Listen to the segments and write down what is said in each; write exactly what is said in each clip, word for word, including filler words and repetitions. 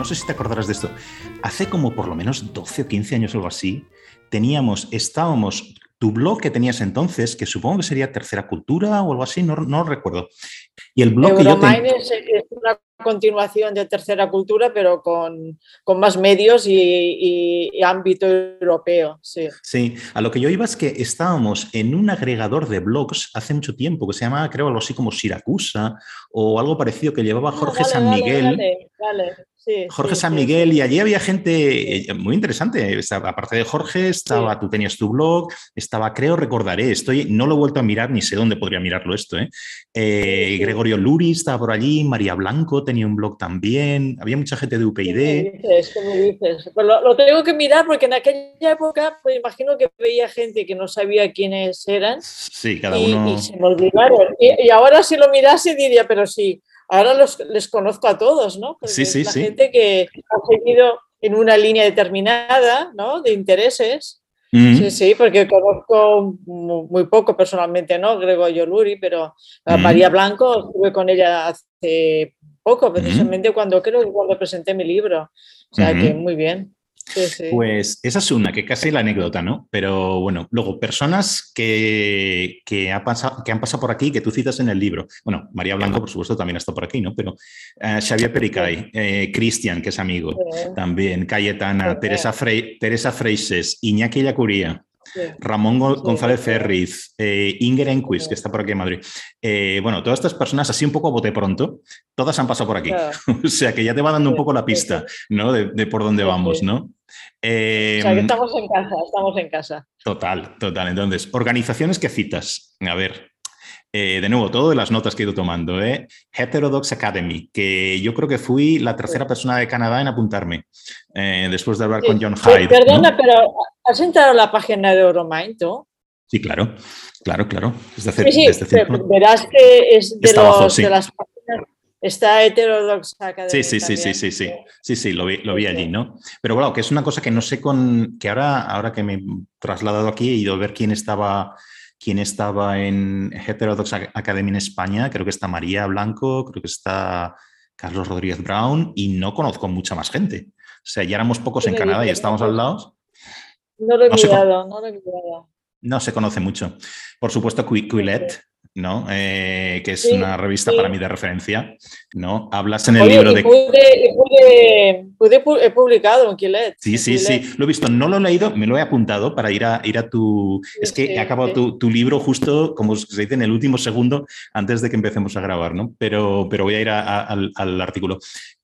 no sé si te acordarás de esto, hace como por lo menos doce o quince años o algo así, teníamos, estábamos, tu blog que tenías entonces, que supongo que sería Tercera Cultura o algo así, no, no recuerdo. Y el blog que yo Euromind ten... es, es una continuación de Tercera Cultura, pero con, con más medios y, y, y ámbito europeo. Sí. Sí, a lo que yo iba es que estábamos en un agregador de blogs hace mucho tiempo que se llamaba, creo, algo así como Siracusa o algo parecido que llevaba Jorge ah, vale, San Miguel. Vale, vale, vale. Sí, Jorge sí, San sí, Miguel, sí. y allí había gente muy interesante. Estaba, aparte de Jorge, estaba, sí. Tú tenías tu blog, estaba, creo, recordaré, estoy, no lo he vuelto a mirar, ni sé dónde podría mirarlo esto. ¿eh? Eh, sí, sí. Gregorio Luri estaba por allí, María Blanco tenía un blog también, había mucha gente de U P y D. ¿Qué me dices? ¿Qué me dices? Pues lo, lo tengo que mirar porque en aquella época, pues imagino que veía gente que no sabía quiénes eran. Sí, cada y, uno. Y se me olvidaron. Y, y ahora si lo mirase diría, pero sí. Ahora los, les conozco a todos, ¿no? Porque sí, sí, es la sí. gente que ha seguido en una línea determinada, ¿no? De intereses. Mm-hmm. Sí, sí, porque conozco muy, muy poco personalmente, ¿no? Gregorio Luri, pero mm-hmm. María Blanco estuve con ella hace poco, precisamente mm-hmm. cuando creo que cuando presenté mi libro. O sea, mm-hmm. que muy bien. Sí, sí. Pues esa es una, que casi la anécdota, ¿no? Pero bueno, luego, personas que, que, ha pasado, que han pasado por aquí, que tú citas en el libro. Bueno, María Blanco, por supuesto, también está por aquí, ¿no? Pero uh, Xavier Pericay, eh, Cristian, que es amigo, sí. también, Cayetana, sí. Teresa, Fre Teresa Freixes, Iñaki Yacuría, sí. Ramón sí, González sí. Ferriz, eh, Inger Enquist, sí. que está por aquí en Madrid. Eh, bueno, todas estas personas, así un poco a bote pronto, todas han pasado por aquí. Claro. O sea, que ya te va dando sí, un poco la pista, sí, sí. ¿no? De, de por dónde sí, vamos, sí. ¿no? Eh, o sea, que estamos en casa, estamos en casa. Total, total. Entonces, organizaciones que citas. A ver, eh, de nuevo, todo de las notas que he ido tomando. ¿eh? Heterodox Academy, que yo creo que fui la tercera sí. persona de Canadá en apuntarme, eh, después de hablar sí. con John Hyde. Perdona, ¿no? pero ¿has entrado a la página de Euromind, tú? Sí, claro, claro, claro. Desde hace, sí, sí, desde pero verás que es de, Está los, abajo, sí. de las páginas. Está Heterodox Academy. Sí, sí, sí, sí, sí, sí, sí, sí, lo vi, lo vi allí, ¿no? Pero bueno, que es una cosa que no sé con, que ahora, ahora que me he trasladado aquí he ido a ver quién estaba, quién estaba en Heterodox Academy en España. Creo que está María Blanco, creo que está Carlos Rodríguez Brown y no conozco mucha más gente. O sea, ya éramos pocos en Canadá y estamos al lado. No lo he mirado, no lo he mirado. No se conoce mucho. Por supuesto, Quillette, ¿no? Eh, que es sí, una revista sí. para mí de referencia, ¿no? Hablas en el Oye, libro y de... Pude, pude, pude, he publicado en Quillette. Sí, en sí, Quillette. sí. Lo he visto, no lo he leído, me lo he apuntado para ir a, ir a tu... Sí, es que sí, he acabado sí. tu, tu libro justo, como se dice, en el último segundo antes de que empecemos a grabar, ¿no? Pero, pero voy a ir a, a, al, al artículo.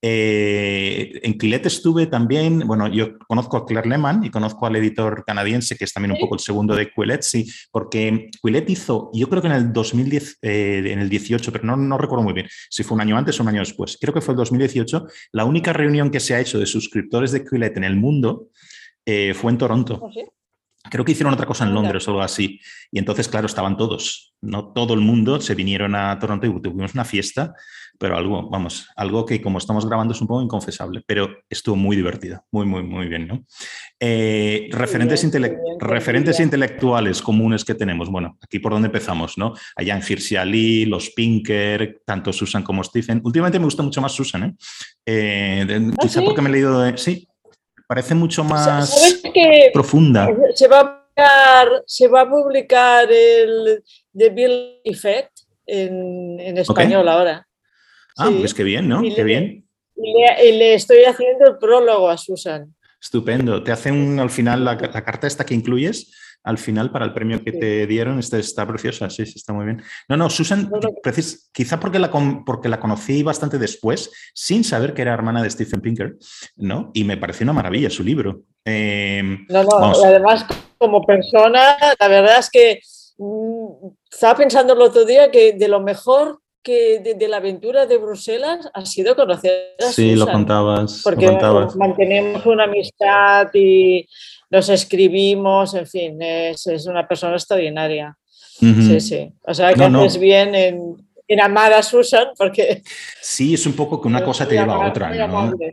Eh, en Quillette estuve también, bueno, yo conozco a Claire Lehmann y conozco al editor canadiense, que es también un poco el segundo de Quillette, sí, porque Quillette hizo, yo creo que en el dos mil diez, eh, en el dieciocho, pero no, no recuerdo muy bien si fue un año antes o un año después, creo que fue el dos mil dieciocho, la única reunión que se ha hecho de suscriptores de Quillette en el mundo eh, fue en Toronto. ¿Oh, sí? Creo que hicieron otra cosa en Londres o algo así. Y entonces, claro, estaban todos, no todo el mundo, se vinieron a Toronto y tuvimos una fiesta, pero algo, vamos, algo que como estamos grabando es un poco inconfesable, pero estuvo muy divertido, muy, muy, muy bien, ¿no? Eh, referentes bien, intele bien, referentes bien. intelectuales comunes que tenemos. Bueno, aquí por donde empezamos, ¿no? Allá en Hirsi Ali, los Pinker, tanto Susan como Stephen. Últimamente me gusta mucho más Susan, ¿eh? eh de, ¿Ah, quizá sí? porque me he leído... De, sí, parece mucho más ¿Sabes que profunda. Se va a publicar, se va a publicar el The Bill Effect en, en español okay. ahora. Ah, sí. Pues qué bien, ¿no? Y qué le, bien. Y le, y le estoy haciendo el prólogo a Susan. Estupendo. Te hacen al final la, la carta esta que incluyes, al final para el premio que sí. te dieron, está, está preciosa, sí, sí, está muy bien. No, no, Susan, no, no. Precis, quizá porque la, porque la conocí bastante después, sin saber que era hermana de Stephen Pinker, ¿no? Y me pareció una maravilla su libro. Eh, no, no, vamos. Además, como persona, la verdad es que mmm, estaba pensando el otro día que de lo mejor que de, de la aventura de Bruselas ha sido conocer a sí, Susan. lo contabas. Porque lo contabas. mantenemos una amistad y nos escribimos, en fin, es, es una persona extraordinaria. Uh-huh. Sí, sí. O sea que no, haces no. bien en, en amar a Susan porque... Sí, es un poco que una cosa te lleva a otra, ¿no?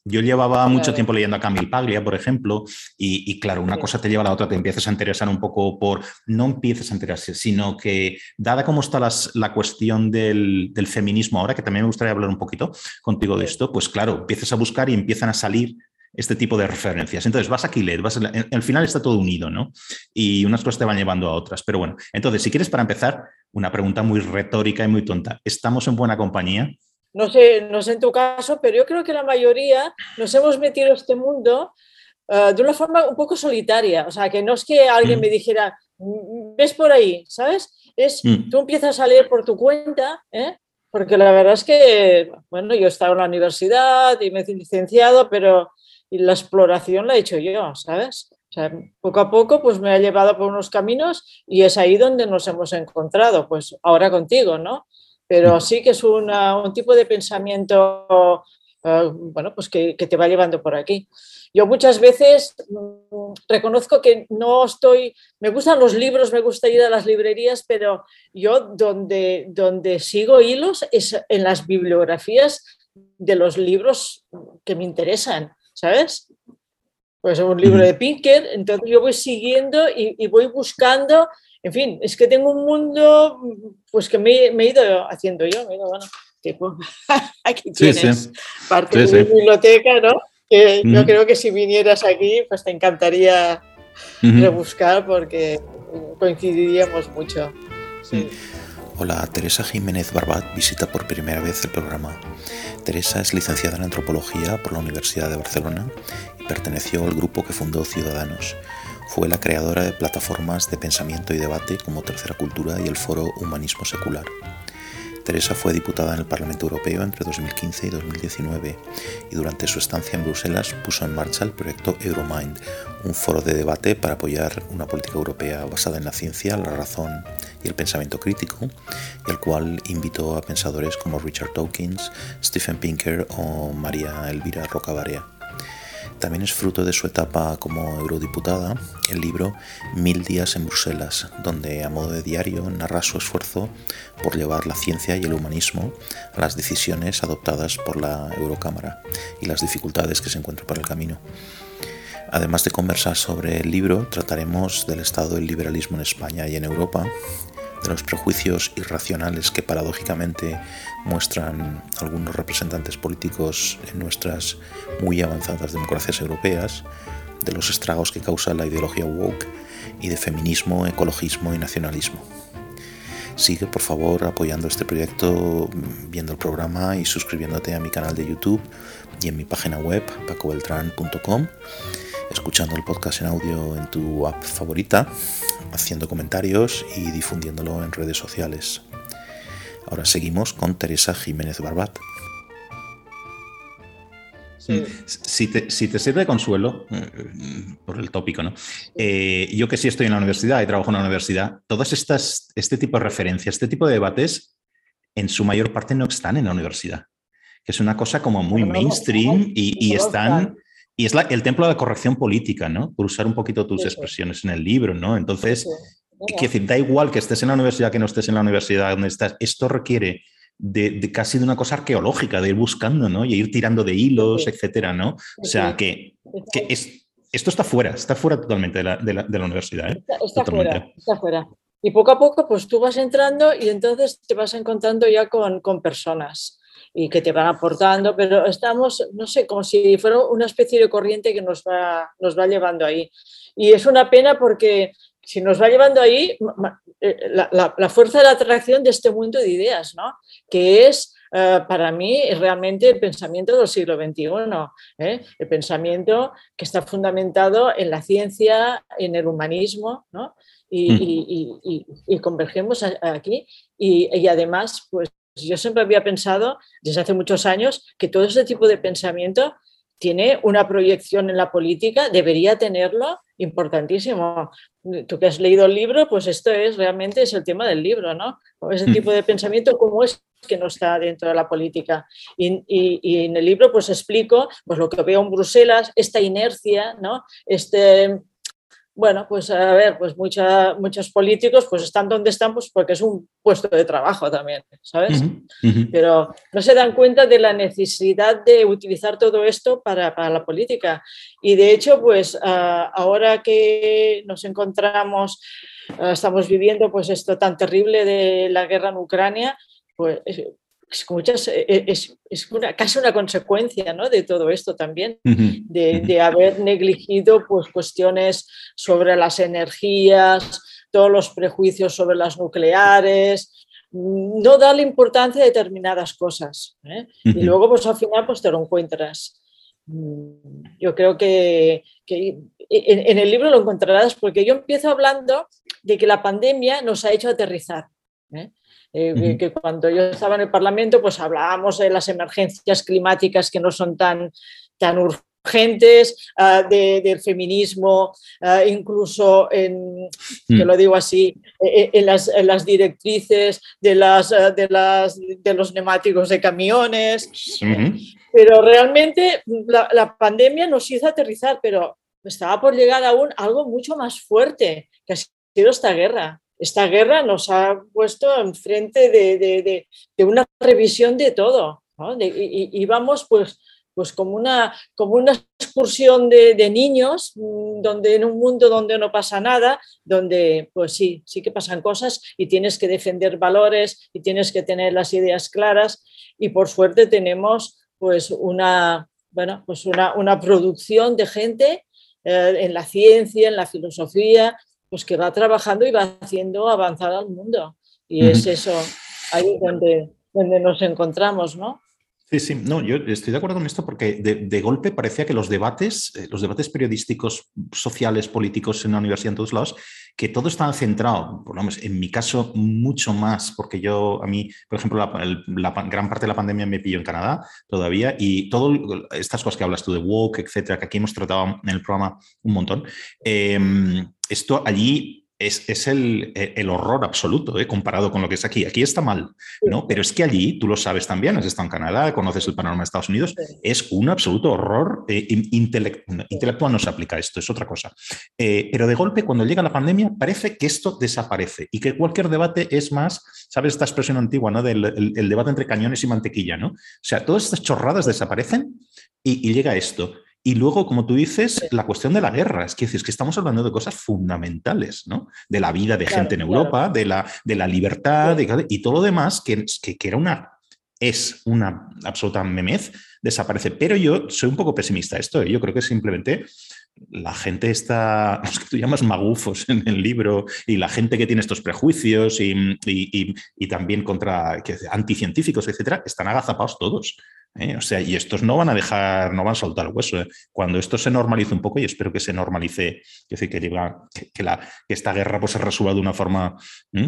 Yo llevaba claro. mucho tiempo leyendo a Camille Paglia, por ejemplo, y, y claro, una sí. cosa te lleva a la otra, te empiezas a interesar un poco por, no empiezas a interesarse, sino que, dada cómo está las, la cuestión del, del feminismo ahora, que también me gustaría hablar un poquito contigo sí. de esto, pues claro, empiezas a buscar y empiezan a salir este tipo de referencias. Entonces vas aquí, lees, vas a, al final está todo unido, ¿no? Y unas cosas te van llevando a otras. Pero bueno, entonces, si quieres, para empezar, una pregunta muy retórica y muy tonta. ¿Estamos en buena compañía? No sé, no sé en tu caso, pero yo creo que la mayoría nos hemos metido en este mundo uh, de una forma un poco solitaria. O sea, que no es que alguien mm. me dijera, ves por ahí, ¿sabes? Es, mm. tú empiezas a leer por tu cuenta, ¿eh? Porque la verdad es que, bueno, yo he estado en la universidad y me he licenciado, pero la exploración la he hecho yo, ¿sabes? O sea, poco a poco pues me ha llevado por unos caminos y es ahí donde nos hemos encontrado, pues ahora contigo, ¿no? Pero sí que es una, un tipo de pensamiento, uh, bueno, pues que, que te va llevando por aquí. Yo muchas veces mmm, reconozco que no estoy, me gustan los libros, me gusta ir a las librerías, pero yo donde, donde sigo hilos es en las bibliografías de los libros que me interesan, ¿sabes? Pues un libro de Pinker, entonces yo voy siguiendo y, y voy buscando. En fin, es que tengo un mundo pues que me, me he ido haciendo yo. Mira, bueno, tipo, aquí tienes sí, sí. parte sí, de mi sí. biblioteca, ¿no? Que uh-huh. yo creo que si vinieras aquí, pues te encantaría uh-huh. rebuscar porque coincidiríamos mucho. Sí. Hola, Teresa Jiménez Barbat visita por primera vez el programa. Teresa es licenciada en Antropología por la Universidad de Barcelona y perteneció al grupo que fundó Ciudadanos. Fue la creadora de plataformas de pensamiento y debate como Tercera Cultura y el foro Humanismo Secular. Teresa fue diputada en el Parlamento Europeo entre dos mil quince y dos mil diecinueve y durante su estancia en Bruselas puso en marcha el proyecto Euromind, un foro de debate para apoyar una política europea basada en la ciencia, la razón y el pensamiento crítico, y al cual invitó a pensadores como Richard Dawkins, Steven Pinker o María Elvira Rocabaria. También es fruto de su etapa como eurodiputada el libro Mil días en Bruselas, donde a modo de diario narra su esfuerzo por llevar la ciencia y el humanismo a las decisiones adoptadas por la Eurocámara y las dificultades que se encuentran por el camino. Además de conversar sobre el libro, trataremos del estado del liberalismo en España y en Europa, de los prejuicios irracionales que paradójicamente muestran algunos representantes políticos en nuestras muy avanzadas democracias europeas, de los estragos que causa la ideología woke y de feminismo, ecologismo y nacionalismo. Sigue, por favor, apoyando este proyecto, viendo el programa y suscribiéndote a mi canal de YouTube y en mi página web, paco beltrán punto com, escuchando el podcast en audio en tu app favorita, haciendo comentarios y difundiéndolo en redes sociales. Ahora seguimos con Teresa Jiménez Barbat. Sí. Si, te, si te sirve de consuelo, eh, por el tópico, ¿no? Eh, yo que sí estoy en la universidad y trabajo en la universidad, todas estas, este tipo de referencias, este tipo de debates, en su mayor parte no están en la universidad, que es una cosa como muy mainstream y, y están... Y es la, el templo de la corrección política, ¿no? Por usar un poquito tus sí, expresiones sí. en el libro, ¿no? Entonces, sí, sí. quiero decir, da igual que estés en la universidad, que no estés en la universidad donde estás. Esto requiere de, de casi de una cosa arqueológica, de ir buscando, ¿no? Y ir tirando de hilos, sí. etcétera, ¿no? O sea, que, que es, esto está fuera, está fuera totalmente de la, de la, de la universidad, ¿eh? Está, está fuera, está fuera. Y poco a poco, pues tú vas entrando y entonces te vas encontrando ya con, con personas y que te van aportando, pero estamos, no sé, como si fuera una especie de corriente que nos va, nos va llevando ahí. Y es una pena porque si nos va llevando ahí, la, la, la fuerza de la atracción de este mundo de ideas, ¿no? Que es, uh, para mí, realmente el pensamiento del siglo veintiuno, ¿eh? El pensamiento que está fundamentado en la ciencia, en el humanismo, ¿no? Y, mm. y, y, y, y convergemos aquí y, y además, pues, yo siempre había pensado, desde hace muchos años, que todo ese tipo de pensamiento tiene una proyección en la política, debería tenerlo, importantísimo. Tú que has leído el libro, pues esto es realmente es el tema del libro, ¿no? Ese tipo de pensamiento, ¿cómo es que no está dentro de la política? Y, y, y en el libro pues explico pues, lo que veo en Bruselas, esta inercia, ¿no? Este... bueno, pues a ver, pues mucha, muchos políticos pues están donde están pues porque es un puesto de trabajo también, ¿sabes? Uh-huh, uh-huh. Pero no se dan cuenta de la necesidad de utilizar todo esto para, para la política. Y de hecho, pues uh, ahora que nos encontramos, uh, estamos viviendo pues esto tan terrible de la guerra en Ucrania, pues es, muchas, es, es una, casi una consecuencia, ¿no?, de todo esto también, uh-huh, de, uh-huh. de haber negligido pues, cuestiones sobre las energías, todos los prejuicios sobre las nucleares, no darle importancia a determinadas cosas, ¿eh? Uh-huh. Y luego pues al final pues te lo encuentras. Yo creo que, que en, en el libro lo encontrarás porque yo empiezo hablando de que la pandemia nos ha hecho aterrizar, ¿eh? Eh, uh-huh. que cuando yo estaba en el Parlamento pues hablábamos de las emergencias climáticas que no son tan, tan urgentes, uh, de, del feminismo, uh, incluso en, uh-huh. que lo digo así, en, en, las, en las directrices de, las, uh, de, las, de los neumáticos de camiones, uh-huh. pero realmente la, la pandemia nos hizo aterrizar, pero estaba por llegar aún algo mucho más fuerte, que ha sido esta guerra. Esta guerra nos ha puesto enfrente de, de, de, de una revisión de todo, ¿no? De, y, y vamos pues, pues como, una, como una excursión de, de niños, donde en un mundo donde no pasa nada, donde pues sí, sí que pasan cosas y tienes que defender valores y tienes que tener las ideas claras y por suerte tenemos pues una, bueno, pues una, una producción de gente eh, en la ciencia, en la filosofía, pues que va trabajando y va haciendo avanzar al mundo. Y uh-huh. es eso, ahí donde, donde nos encontramos, ¿no? Sí, sí, no, yo estoy de acuerdo con esto porque de, de golpe parecía que los debates, eh, los debates periodísticos, sociales, políticos en la universidad, en todos lados, que todo estaba centrado, por lo menos en mi caso, mucho más, porque yo, a mí, por ejemplo, la, el, la gran parte de la pandemia me pilló en Canadá todavía y todas estas cosas que hablas tú de woke, etcétera, que aquí hemos tratado en el programa un montón, eh, esto allí es, es el, el horror absoluto, ¿eh? Comparado con lo que es aquí. Aquí está mal, ¿no? Pero es que allí, tú lo sabes también, has estado en Canadá, conoces el panorama de Estados Unidos, es un absoluto horror eh, intelect, intelectual, no se aplica esto, es otra cosa. Eh, pero de golpe, cuando llega la pandemia, parece que esto desaparece y que cualquier debate es más, ¿sabes esta expresión antigua, ¿no? Del el, el debate entre cañones y mantequilla, ¿no? O sea, todas estas chorradas desaparecen y, y llega esto. Y luego, como tú dices, la cuestión de la guerra. Es que, es que estamos hablando de cosas fundamentales, ¿no? De la vida de claro, gente en Europa, claro. de, la, de la libertad sí. de, y todo lo demás, que, que, que era una, es una absoluta memez, desaparece. Pero yo soy un poco pesimista esto. ¿eh? Yo creo que simplemente la gente está, los que tú llamas magufos en el libro, y la gente que tiene estos prejuicios y, y, y, y también contra que, anticientíficos, etcétera, están agazapados todos. ¿Eh? O sea, y estos no van a dejar, no van a soltar el hueso. ¿eh? Cuando esto se normalice un poco, y espero que se normalice, es decir, que, diga, que, que, la, que esta guerra pues, se resuelva de una forma,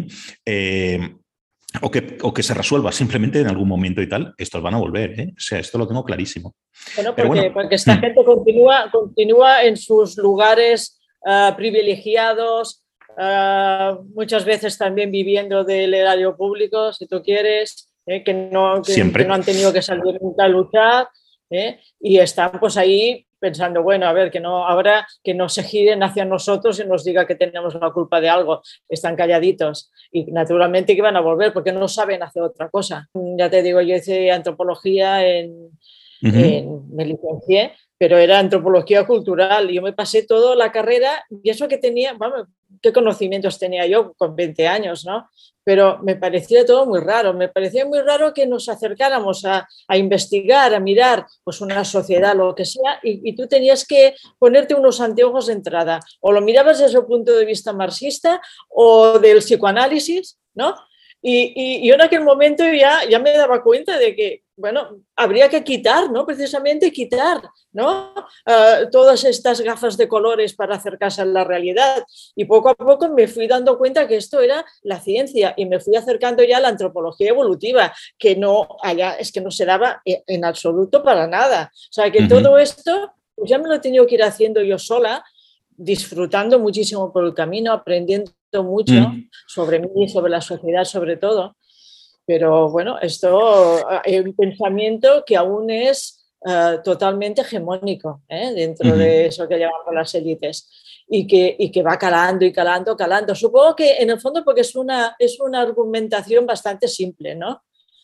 eh, o, que, o que se resuelva simplemente en algún momento y tal, estos van a volver. ¿eh? O sea, esto lo tengo clarísimo. Bueno, porque, bueno, porque esta ¿hmm? gente continúa, continúa en sus lugares uh, privilegiados, uh, muchas veces también viviendo del erario público, si tú quieres. ¿Eh? Que, no, que, que no han tenido que salir nunca a luchar ¿eh? Y están pues ahí pensando, bueno, a ver, que no ahora que no se giren hacia nosotros y nos diga que tenemos la culpa de algo, están calladitos y naturalmente que van a volver porque no saben hacer otra cosa. Ya te digo, yo hice antropología en, uh-huh. en me licencié, pero era antropología cultural y yo me pasé toda la carrera y eso que tenía, vamos, qué conocimientos tenía yo con veinte años, ¿no? Pero me parecía todo muy raro, me parecía muy raro que nos acercáramos a, a investigar, a mirar pues una sociedad, lo que sea, y, y tú tenías que ponerte unos anteojos de entrada, o lo mirabas desde el punto de vista marxista o del psicoanálisis, ¿no? Y, y, y yo en aquel momento ya, ya me daba cuenta de que, bueno, habría que quitar, ¿no? Precisamente quitar, ¿no? Uh, todas estas gafas de colores para acercarse a la realidad. Y poco a poco me fui dando cuenta que esto era la ciencia y me fui acercando ya a la antropología evolutiva, que no, allá, es que no se daba en absoluto para nada. O sea, que uh-huh. todo esto, pues ya me lo he tenido que ir haciendo yo sola, disfrutando muchísimo por el camino, aprendiendo mucho mm. sobre mí, sobre la sociedad, sobre todo. Pero bueno, esto es un pensamiento que aún es uh, totalmente hegemónico ¿eh? dentro mm-hmm. de eso que llamamos las élites. y que, y que va calando y calando, calando. Supongo que en el fondo porque es una, es una argumentación bastante simple, ¿no?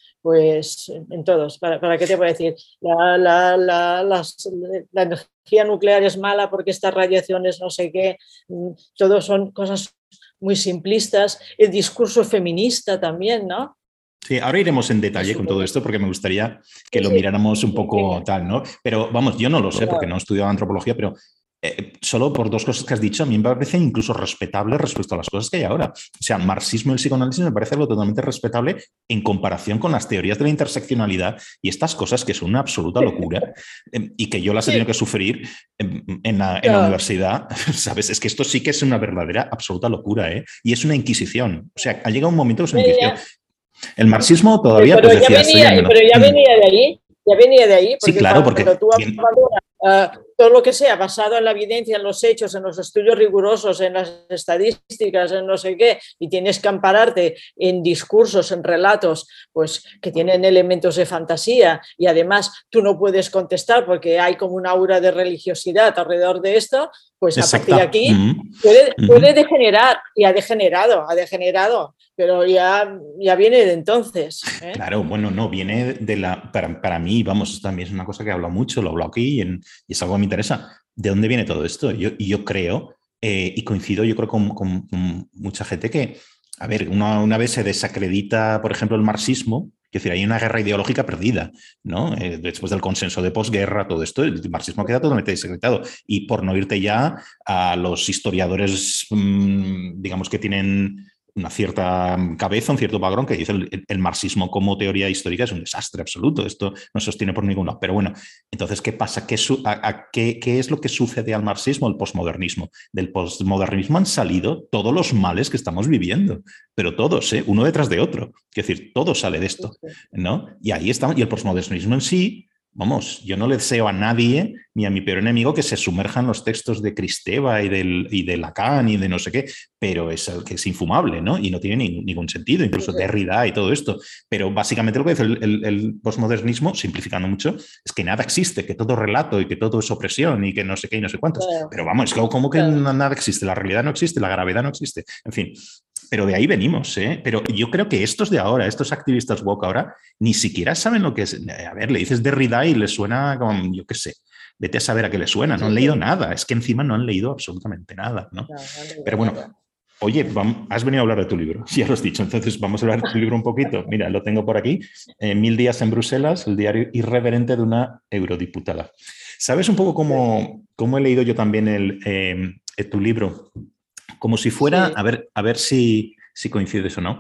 Pues en todos, ¿para, para qué te puedo decir? La, la, la, las, la energía nuclear es mala porque estas radiaciones no sé qué, todos son cosas muy simplistas. El discurso feminista también, ¿no? Sí, ahora iremos en detalle con todo esto porque me gustaría que lo miráramos un poco tal, ¿no? Pero vamos, yo no lo sé porque no he estudiado antropología, pero eh, solo por dos cosas que has dicho, a mí me parecen incluso respetables respecto a las cosas que hay ahora. O sea, marxismo y el psicoanálisis me parece algo totalmente respetable en comparación con las teorías de la interseccionalidad y estas cosas que son una absoluta locura eh, y que yo las he tenido que sufrir en, en, la, en la universidad, ¿sabes? Es que esto sí que es una verdadera absoluta locura, ¿eh? Y es una inquisición. O sea, ha llegado un momento que es una inquisición. El marxismo todavía, pero pues ya decías... venía, oye, pero ya venía de ahí, ya venía de ahí, porque, sí, claro, porque cuando tú abandonas uh, todo lo que sea basado en la evidencia, en los hechos, en los estudios rigurosos, en las estadísticas, en no sé qué, y tienes que ampararte en discursos, en relatos, pues que tienen elementos de fantasía y además tú no puedes contestar porque hay como una aura de religiosidad alrededor de esto, pues a partir de aquí mm-hmm. puede, puede mm-hmm. degenerar y ha degenerado, ha degenerado. Pero ya, ya viene de entonces. ¿eh? Claro, bueno, no, viene de la... Para, para mí, vamos, también es una cosa que he hablado mucho, lo hablo aquí y, en, y es algo que me interesa. ¿De dónde viene todo esto? Yo, y yo creo, eh, y coincido yo creo con, con, con mucha gente que, a ver, una, una vez se desacredita, por ejemplo, el marxismo, es decir, hay una guerra ideológica perdida, ¿no? Eh, después del consenso de posguerra, todo esto, el marxismo queda totalmente desacreditado. Y por no irte ya a los historiadores, mmm, digamos, que tienen una cierta cabeza, un cierto background que dice el, el marxismo como teoría histórica es un desastre absoluto, esto no se sostiene por ningún lado. Pero bueno, entonces, ¿qué pasa? ¿Qué, su, a, a, qué, ¿Qué es lo que sucede al marxismo? El posmodernismo. Del posmodernismo han salido todos los males que estamos viviendo, pero todos, ¿eh? Uno detrás de otro. Es decir, todo sale de esto, ¿no? Y ahí estamos, y el posmodernismo en sí, vamos, yo no le deseo a nadie, ni a mi peor enemigo, que se sumerja en los textos de Kristeva y, del, y de Lacan y de no sé qué, pero es que es infumable, ¿no? Y no tiene ni, ningún sentido, incluso sí, sí. Derrida y todo esto. Pero básicamente lo que dice el, el, el posmodernismo, simplificando mucho, es que nada existe, que todo relato y que todo es opresión y que no sé qué y no sé cuántos. Claro. Pero vamos, es como, como que claro. nada existe, la realidad no existe, la gravedad no existe, en fin. Pero de ahí venimos, ¿eh? Pero yo creo que estos de ahora, estos activistas woke ahora, ni siquiera saben lo que es. A ver, le dices Derrida y les suena como, yo qué sé, vete a saber a qué le suena, no han leído nada, es que encima no han leído absolutamente nada, ¿no? No, no Pero bueno, nada. Oye, vamos, has venido a hablar de tu libro, ya lo has dicho, entonces vamos a hablar de tu libro un poquito. Mira, lo tengo por aquí, eh, Mil días en Bruselas, el diario irreverente de una eurodiputada. ¿Sabes un poco cómo, cómo he leído yo también el, eh, tu libro? Como si fuera, sí. a ver, a ver si, si coincides o no,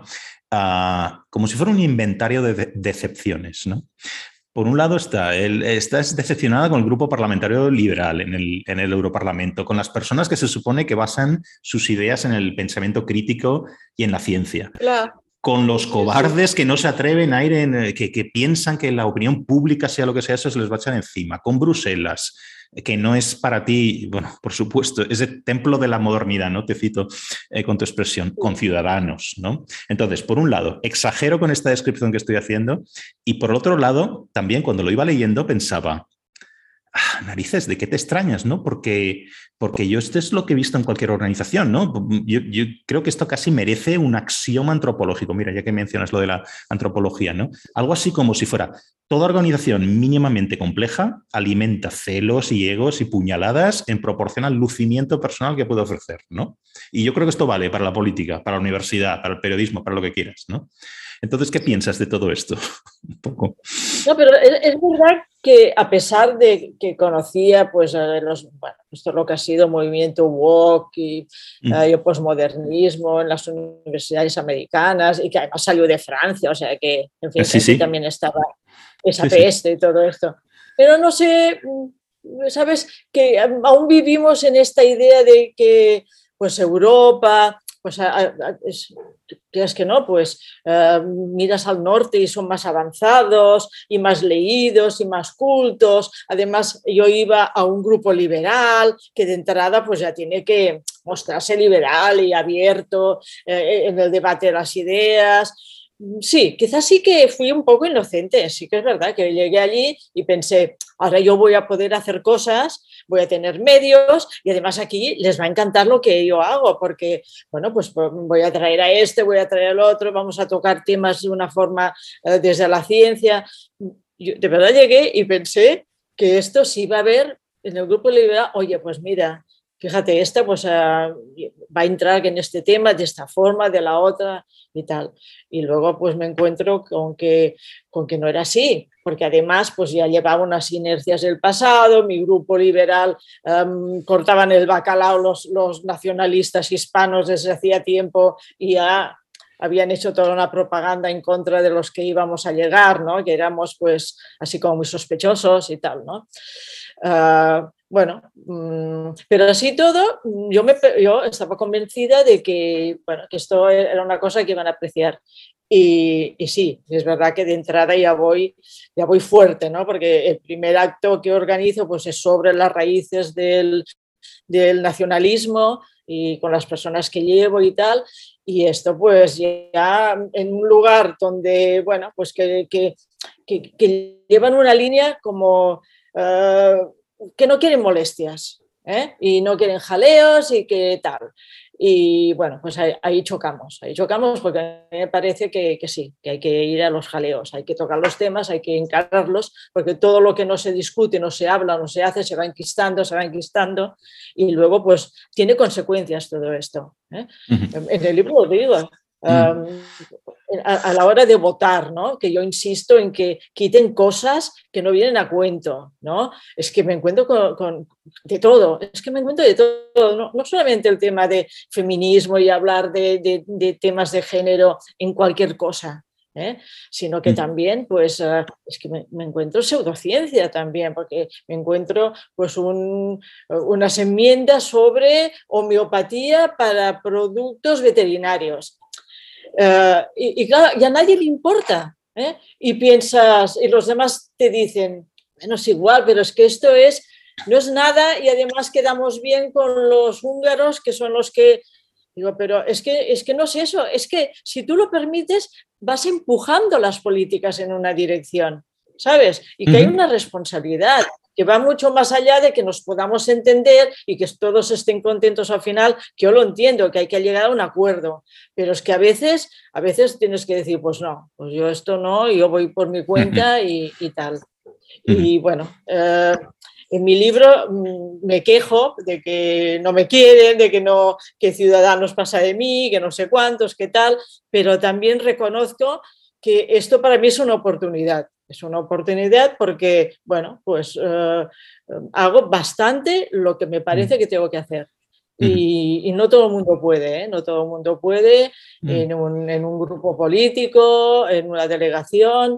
uh, como si fuera un inventario de, de decepciones, ¿no? Por un lado está, el, estás decepcionada con el grupo parlamentario liberal en el, en el Europarlamento, con las personas que se supone que basan sus ideas en el pensamiento crítico y en la ciencia. Claro. Con los cobardes que no se atreven a ir en, que, que piensan que la opinión pública, sea lo que sea, eso se les va a echar encima. Con Bruselas, que no es para ti, bueno, por supuesto, es el templo de la modernidad, ¿no? Te cito eh, con tu expresión, con Ciudadanos, ¿no? Entonces, por un lado, exagero con esta descripción que estoy haciendo y por otro lado, también cuando lo iba leyendo pensaba, ah, narices, ¿de qué te extrañas, no? Porque, porque yo esto es lo que he visto en cualquier organización, ¿no? Yo, yo creo que esto casi merece un axioma antropológico. Mira, ya que mencionas lo de la antropología, ¿no? Algo así como si fuera toda organización mínimamente compleja alimenta celos y egos y puñaladas en proporción al lucimiento personal que puede ofrecer, ¿no? Y yo creo que esto vale para la política, para la universidad, para el periodismo, para lo que quieras, ¿no? Entonces, ¿qué piensas de todo esto? Un poco. No, pero es, es verdad que a pesar de que conocía, pues, los, bueno, esto es lo que ha sido movimiento woke y mm. uh, posmodernismo en las universidades americanas y que además salió de Francia, o sea que, en fin, sí, sí. también estaba esa sí, peste sí. y todo esto. Pero no sé, sabes que aún vivimos en esta idea de que, pues, Europa, pues, a, a, es, ¿crees que no? Pues uh, miras al norte y son más avanzados y más leídos y más cultos. Además, yo iba a un grupo liberal que de entrada pues ya tiene que mostrarse liberal y abierto eh, en el debate de las ideas. sí, quizás sí que fui un poco inocente, sí que es verdad que llegué allí y pensé, ahora yo voy a poder hacer cosas, voy a tener medios y además aquí les va a encantar lo que yo hago porque, bueno, pues voy a traer a este, voy a traer al otro, vamos a tocar temas de una forma eh, desde la ciencia. Yo de verdad llegué y pensé que esto sí va a haber en el grupo liberal, oye, pues mira, fíjate, esta pues uh, va a entrar en este tema de esta forma, de la otra y tal. Y luego pues me encuentro con que, con que no era así, porque además pues ya llevaba unas inercias del pasado, mi grupo liberal um, cortaban el bacalao los, los nacionalistas hispanos desde hacía tiempo y ya habían hecho toda una propaganda en contra de los que íbamos a llegar, ¿no? Que éramos pues así como muy sospechosos y tal, ¿no? Uh, bueno, mmm, pero así todo, yo, me, yo estaba convencida de que, bueno, que esto era una cosa que iban a apreciar. Y, y sí, es verdad que de entrada ya voy, ya voy fuerte, ¿no? Porque el primer acto que organizo pues, es sobre las raíces del, del nacionalismo y con las personas que llevo y tal. Y esto pues ya en un lugar donde, bueno, pues que, que, que, que llevan una línea como... Uh, que no quieren molestias, ¿eh? Y no quieren jaleos y que tal. Y bueno, pues ahí, ahí chocamos, ahí chocamos porque a mí me parece que, que sí, que hay que ir a los jaleos, hay que tocar los temas, hay que encararlos, porque todo lo que no se discute, no se habla, no se hace, se va enquistando, se va enquistando y luego pues tiene consecuencias todo esto, ¿eh? Uh-huh. En el libro lo digo. Um, a, a la hora de votar, ¿no? Que yo insisto en que quiten cosas que no vienen a cuento, ¿no? Es que me encuentro con, con de todo, es que me encuentro de todo, no, no solamente el tema de feminismo y hablar de, de, de temas de género en cualquier cosa, ¿eh? Sino que también, pues, uh, es que me, me encuentro pseudociencia también, porque me encuentro, pues, un, unas enmiendas sobre homeopatía para productos veterinarios. Uh, y, y claro, ya a nadie le importa, ¿eh? Y piensas, y los demás te dicen, bueno, es igual, pero es que esto es, no es nada y además quedamos bien con los húngaros, que son los que, digo, pero es que, es que no es eso, es que si tú lo permites, vas empujando las políticas en una dirección, ¿sabes? Y que uh-huh. hay una responsabilidad que va mucho más allá de que nos podamos entender y que todos estén contentos al final, que yo lo entiendo, que hay que llegar a un acuerdo, pero es que a veces, a veces tienes que decir, pues no, pues yo esto no, yo voy por mi cuenta y, y tal. Y bueno, eh, en mi libro me quejo de que no me quieren, de que no, que Ciudadanos pasa de mí, que no sé cuántos, que tal, pero también reconozco que esto para mí es una oportunidad. Es una oportunidad porque, bueno, pues uh, hago bastante lo que me parece que tengo que hacer. Y, y no todo el mundo puede, ¿eh? No todo el mundo puede en un, en un grupo político, en una delegación.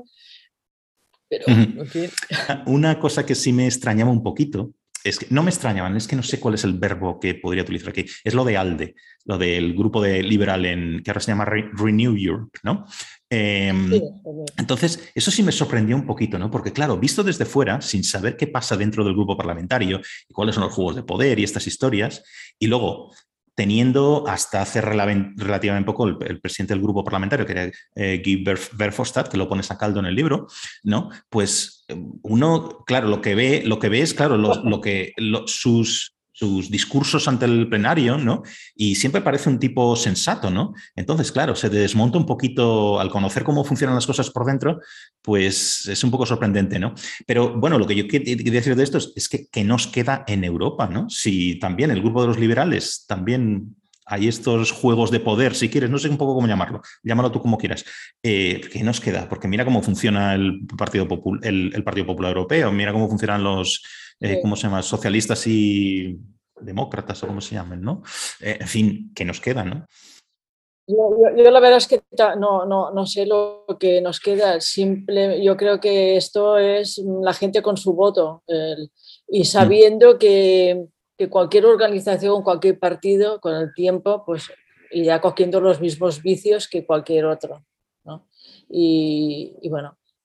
Pero, en fin. Una cosa que sí me extrañaba un poquito, es que no me extrañaban, es que no sé cuál es el verbo que podría utilizar aquí, es lo de ALDE, lo del grupo de liberal en, que ahora se llama Re- Renew Europe, ¿no? Eh, sí, entonces, eso sí me sorprendió un poquito, ¿no? Porque claro, visto desde fuera, sin saber qué pasa dentro del grupo parlamentario y cuáles son los juegos de poder y estas historias, y luego teniendo hasta hace relativamente poco el, el presidente del grupo parlamentario, que era eh, Guy Verhofstadt, que lo pones a caldo en el libro, ¿no? Pues uno, claro, lo que ve, lo que ve es, claro, lo, lo que lo, sus, sus discursos ante el plenario, ¿no? Y siempre parece un tipo sensato, ¿no? Entonces, claro, se desmonta un poquito al conocer cómo funcionan las cosas por dentro, pues es un poco sorprendente, ¿no? Pero bueno, lo que yo quiero decir de esto es, es que, que nos queda en Europa, ¿no? Si también el grupo de los liberales también hay estos juegos de poder, si quieres, no sé un poco cómo llamarlo, llámalo tú como quieras. Eh, ¿Qué nos queda? Porque mira cómo funciona el Partido, Popul- el, el Partido Popular Europeo, mira cómo funcionan los, eh, ¿cómo se llama? Socialistas y demócratas o como se llamen, ¿no? Eh, en fin, ¿qué nos queda, no? Yo, yo, yo la verdad es que no, no, no sé lo que nos queda. Simple, yo creo que esto es la gente con su voto el, y sabiendo mm. que, que cualquier organización, cualquier partido, con el tiempo, pues irá cogiendo los mismos vicios que cualquier otro, ¿no? Y, y bueno,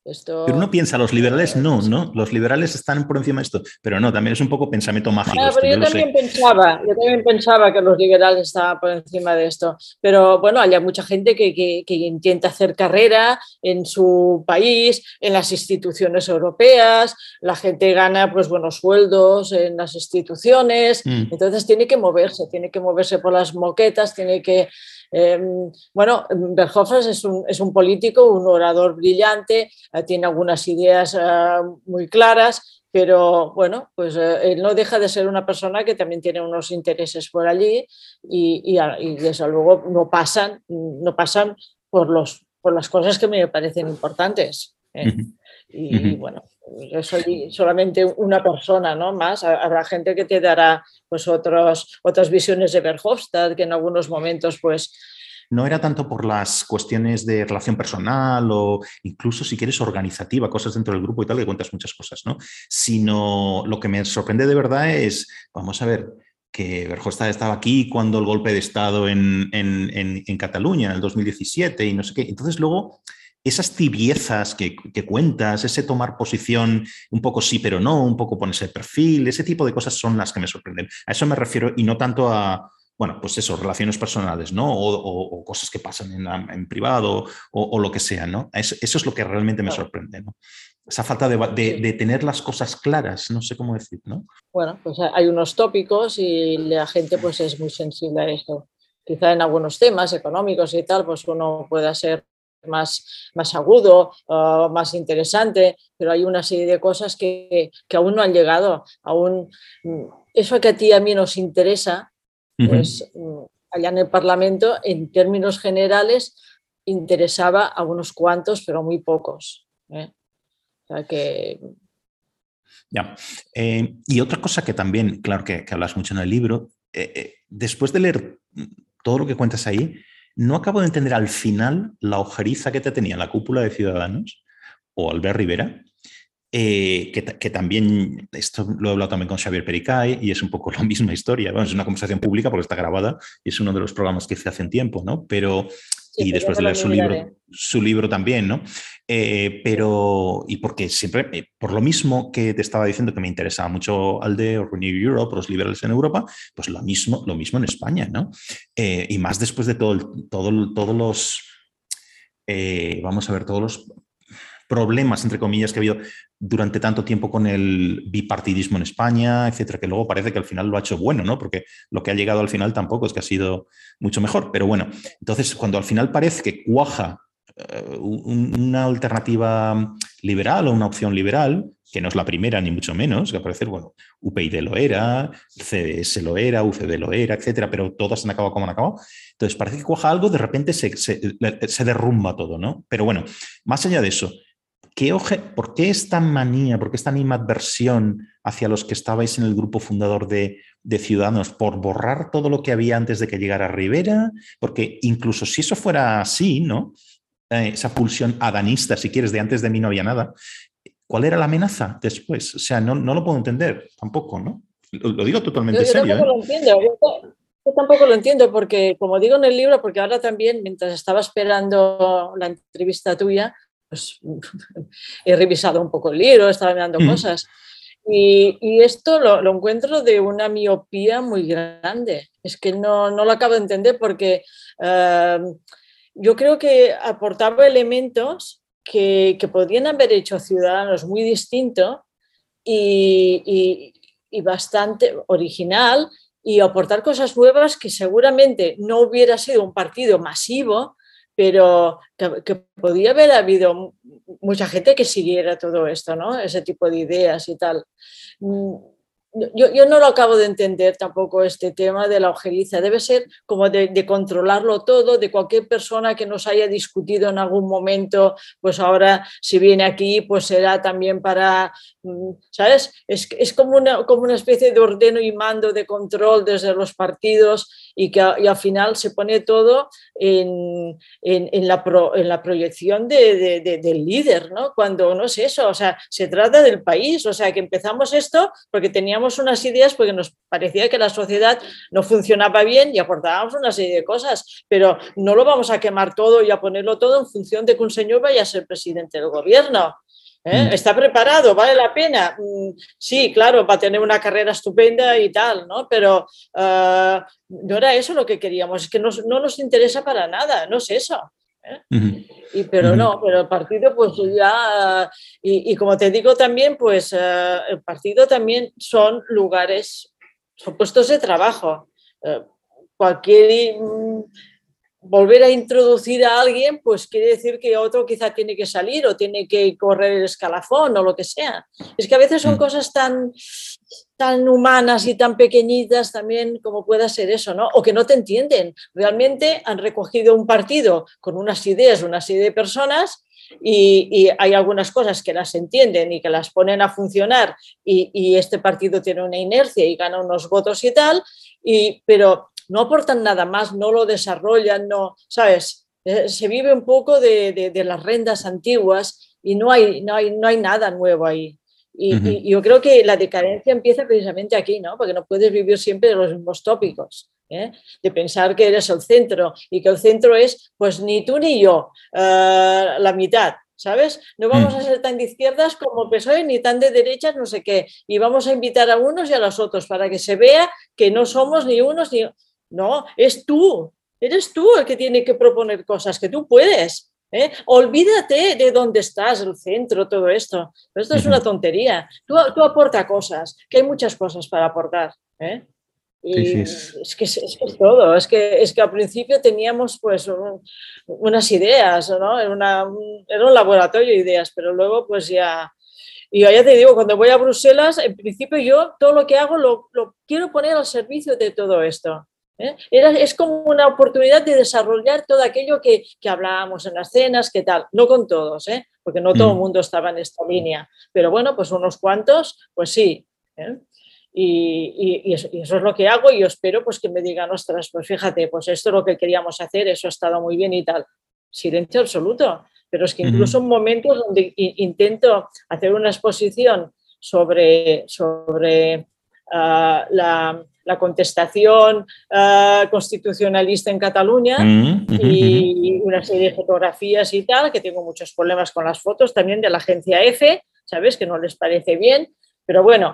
Esto, pero uno piensa, los liberales no, ¿no? Los liberales están por encima de esto, pero no, también es un poco pensamiento mágico. Ah, esto, pero yo, yo también sé. pensaba, yo también pensaba que los liberales estaban por encima de esto, pero bueno, hay mucha gente que, que, que intenta hacer carrera en su país, en las instituciones europeas, la gente gana pues buenos sueldos en las instituciones, mm. entonces tiene que moverse, tiene que moverse por las moquetas, tiene que... Eh, bueno, Verhofstadt es un, es un político, un orador brillante, eh, tiene algunas ideas eh, muy claras, pero bueno, pues eh, él no deja de ser una persona que también tiene unos intereses por allí y, y, y desde luego no pasan, no pasan por, los, por las cosas que me parecen importantes. ¿eh? Uh-huh. Y, uh-huh. y bueno, yo soy solamente una persona, ¿no? Más habrá gente que te dará pues otros, otras visiones de Verhofstadt que en algunos momentos pues... No era tanto por las cuestiones de relación personal o incluso, si quieres, organizativa, cosas dentro del grupo y tal, que cuentas muchas cosas, ¿no? Sino lo que me sorprende de verdad es, vamos a ver, que Verhofstadt estaba aquí cuando el golpe de Estado en, en, en, en Cataluña, en el dos mil diecisiete y no sé qué. Entonces luego... Esas tibiezas que, que cuentas, ese tomar posición un poco sí pero no, un poco ponerse de perfil, ese tipo de cosas son las que me sorprenden. A eso me refiero y no tanto a, bueno, pues eso, relaciones personales, ¿no? O, o, o cosas que pasan en, en privado o, o lo que sea, ¿no? Eso, eso es lo que realmente me sorprende, ¿no? Esa falta de, de, de tener las cosas claras, no sé cómo decir, ¿no? Bueno, pues hay unos tópicos y la gente pues es muy sensible a esto. Quizá en algunos temas económicos y tal, pues uno pueda ser más, más agudo, uh, más interesante, pero hay una serie de cosas que, que aún no han llegado. Aún, eso que a ti y a mí nos interesa, pues uh-huh. allá en el Parlamento, en términos generales, interesaba a unos cuantos, pero muy pocos. ¿eh? O sea que... Ya. Eh, y otra cosa que también, claro que, que hablas mucho en el libro, eh, eh, después de leer todo lo que cuentas ahí, no acabo de entender al final la ojeriza que te tenía la cúpula de Ciudadanos o Albert Rivera, eh, que, que también, esto lo he hablado también con Xavier Pericay y es un poco la misma historia. Bueno, es una conversación pública porque está grabada y es uno de los programas que hice hace un tiempo, ¿no? Pero... Sí, y después de leer su libro, su libro también, ¿no? Eh, pero, y porque siempre, eh, por lo mismo que te estaba diciendo que me interesaba mucho ALDE o Renew Europe, los liberales en Europa, pues lo mismo, lo mismo en España, ¿no? Eh, y más después de todo, el, todo el, todos los, eh, vamos a ver, todos los problemas, entre comillas, que ha habido durante tanto tiempo con el bipartidismo en España, etcétera, que luego parece que al final lo ha hecho bueno, ¿no? Porque lo que ha llegado al final tampoco es que ha sido mucho mejor. Pero bueno, entonces cuando al final parece que cuaja uh, un, una alternativa liberal o una opción liberal, que no es la primera ni mucho menos, que al parecer, bueno, U P YD lo era, C D S lo era, U C D lo era, etcétera, pero todas han acabado como han acabado. Entonces parece que cuaja algo, de repente se, se, se derrumba todo, ¿no? Pero bueno, más allá de eso, ¿Qué oje, ¿por qué esta manía, por qué esta animadversión hacia los que estabais en el grupo fundador de, de Ciudadanos por borrar todo lo que había antes de que llegara Rivera? Porque incluso si eso fuera así, ¿no? Eh, esa pulsión adanista, si quieres, de antes de mí no había nada. ¿Cuál era la amenaza después? O sea, no, no lo puedo entender tampoco, ¿no? Lo, lo digo totalmente yo, yo serio. Tampoco ¿eh? lo entiendo. Yo, yo tampoco lo entiendo porque, como digo en el libro, porque ahora también, mientras estaba esperando la entrevista tuya, pues he revisado un poco el libro, estaba mirando mm. cosas. Y, y esto lo, lo encuentro de una miopía muy grande. Es que no, no lo acabo de entender porque uh, yo creo que aportaba elementos que, que podrían haber hecho Ciudadanos muy distinto y, y, y bastante original y aportar cosas nuevas que seguramente no hubiera sido un partido masivo, pero que, que podía haber habido mucha gente que siguiera todo esto, ¿no? Ese tipo de ideas y tal. Yo, yo no lo acabo de entender tampoco este tema de la ojeriza. Debe ser como de, de controlarlo todo, de cualquier persona que nos haya discutido en algún momento, pues ahora si viene aquí, pues será también para, ¿sabes? Es, es como, una, como una especie de ordeno y mando de control desde los partidos y que y al final se pone todo en, en, en, la, pro, en la proyección de, de, de, del líder, ¿no? Cuando no es eso, o sea, se trata del país, o sea, que empezamos esto porque teníamos unas ideas, porque nos parecía que la sociedad no funcionaba bien y aportábamos una serie de cosas, pero no lo vamos a quemar todo y a ponerlo todo en función de que un señor vaya a ser presidente del gobierno. ¿Eh? Mm. ¿Está preparado? ¿Vale la pena? Mm, sí, claro, va a tener una carrera estupenda y tal, ¿no? Pero uh, no era eso lo que queríamos, es que nos, no nos interesa para nada, no es eso. ¿eh? Uh-huh. Y, pero uh-huh. no, pero el partido pues ya, uh, y, y como te digo también, pues uh, el partido también son lugares, son puestos de trabajo. Uh, cualquier... Um, volver a introducir a alguien, pues quiere decir que otro quizá tiene que salir o tiene que correr el escalafón o lo que sea. Es que a veces son mm. cosas tan, tan humanas y tan pequeñitas también como pueda ser eso, ¿no? O que no te entienden. Realmente han recogido un partido con unas ideas, una serie de personas y, y hay algunas cosas que las entienden y que las ponen a funcionar y, y este partido tiene una inercia y gana unos votos y tal, y, pero... no aportan nada más, no lo desarrollan, no, ¿sabes? Eh, se vive un poco de, de, de las rendas antiguas y no hay, no hay, no hay nada nuevo ahí. Y, uh-huh. y yo creo que la decadencia empieza precisamente aquí, ¿no? Porque no puedes vivir siempre de los mismos tópicos, ¿eh? De pensar que eres el centro y que el centro es, pues ni tú ni yo, uh, la mitad. ¿Sabes? No vamos a ser tan de izquierdas como P S O E ni tan de derechas, no sé qué. Y vamos a invitar a unos y a los otros para que se vea que no somos ni unos ni... No, es tú. Eres tú el que tiene que proponer cosas, que tú puedes. ¿eh? Olvídate de dónde estás, el centro, todo esto. Pero esto es una tontería. Tú, tú aporta cosas, que hay muchas cosas para aportar. ¿eh? Y sí, sí. Es, que, es que es todo, es que, es que al principio teníamos pues un, unas ideas, ¿no? Era, una, un, era un laboratorio de ideas, pero luego pues ya... Y ya te digo, cuando voy a Bruselas, en principio yo todo lo que hago lo, lo quiero poner al servicio de todo esto. ¿eh? Era, es como una oportunidad de desarrollar todo aquello que, que hablábamos en las cenas, que tal, no con todos, ¿eh? Porque no todo el mundo estaba en esta línea, pero bueno, pues unos cuantos, pues sí. ¿eh? Y, y, y, eso, y eso es lo que hago y yo espero pues que me digan, ostras, pues fíjate, pues esto es lo que queríamos hacer, eso ha estado muy bien y tal. Silencio absoluto, pero es que incluso en momentos donde intento hacer una exposición sobre, sobre uh, la, la contestación uh, constitucionalista en Cataluña mm-hmm. y una serie de fotografías y tal, que tengo muchos problemas con las fotos también de la agencia F, ¿sabes? Que no les parece bien, pero bueno...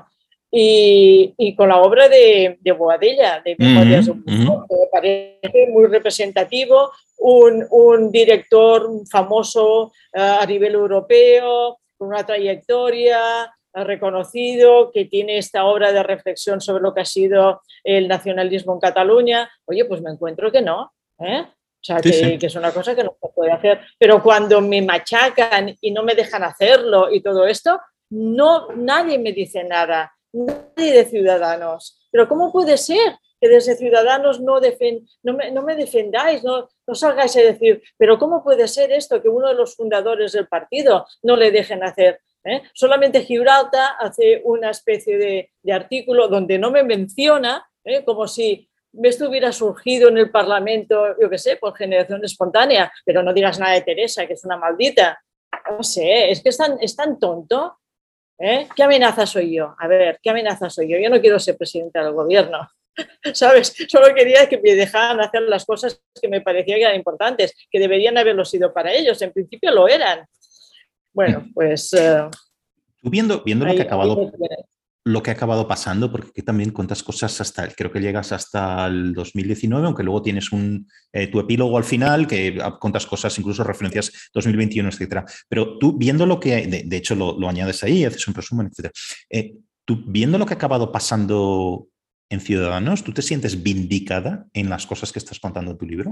Y, y con la obra de, de Boadella, de Memorias de un Buzón, que me parece muy representativo, un, un director famoso uh, a nivel europeo, con una trayectoria, uh, reconocido, que tiene esta obra de reflexión sobre lo que ha sido el nacionalismo en Cataluña. Oye, pues me encuentro que no, ¿eh? O sea, que, sí, sí. que es una cosa que no se puede hacer. Pero cuando me machacan y no me dejan hacerlo y todo esto, no, nadie me dice nada. Nadie de Ciudadanos. Pero ¿cómo puede ser que desde Ciudadanos no, defen, no, me, no me defendáis, no, no salgáis a decir, pero ¿cómo puede ser esto que uno de los fundadores del partido no le dejen hacer? ¿eh? Solamente Gibraltar hace una especie de, de artículo donde no me menciona, ¿eh? como si esto hubiera surgido en el Parlamento, yo qué sé, por generación espontánea, pero no digas nada de Teresa, que es una maldita. No sé, es que es tan, es tan tonto. ¿Eh? ¿Qué amenaza soy yo? A ver, ¿qué amenaza soy yo? Yo no quiero ser presidenta del gobierno, ¿sabes? Solo quería que me dejaran hacer las cosas que me parecían que eran importantes, que deberían haberlo sido para ellos. En principio lo eran. Bueno, pues... Uh, Tú viendo, viendo ahí, lo, que ha acabado, lo que ha acabado pasando, porque aquí también cuentas cosas hasta, creo que llegas hasta el dos mil diecinueve, aunque luego tienes un, eh, tu epílogo al final, que cuentas cosas, incluso referencias dos mil veintiuno, etcétera. Pero tú viendo lo que, de, de hecho lo, lo añades ahí, haces un resumen, etcétera. Eh, tú viendo lo que ha acabado pasando en Ciudadanos, ¿tú te sientes vindicada en las cosas que estás contando en tu libro?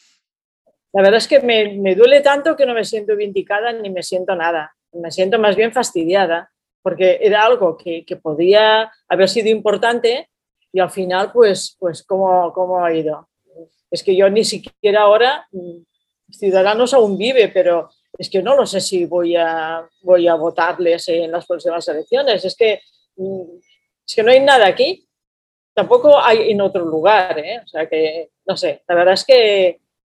La verdad es que me, me duele tanto que no me siento vindicada ni me siento nada. Me siento más bien fastidiada, porque era algo que, que podía haber sido importante y al final, pues, pues ¿cómo, cómo ha ido? Es que yo ni siquiera ahora, Ciudadanos aún vive, pero es que no lo sé si voy a, voy a votarles en las próximas elecciones. Es que, es que no hay nada aquí. Tampoco hay en otro lugar, ¿eh? O sea que, no sé, la verdad es que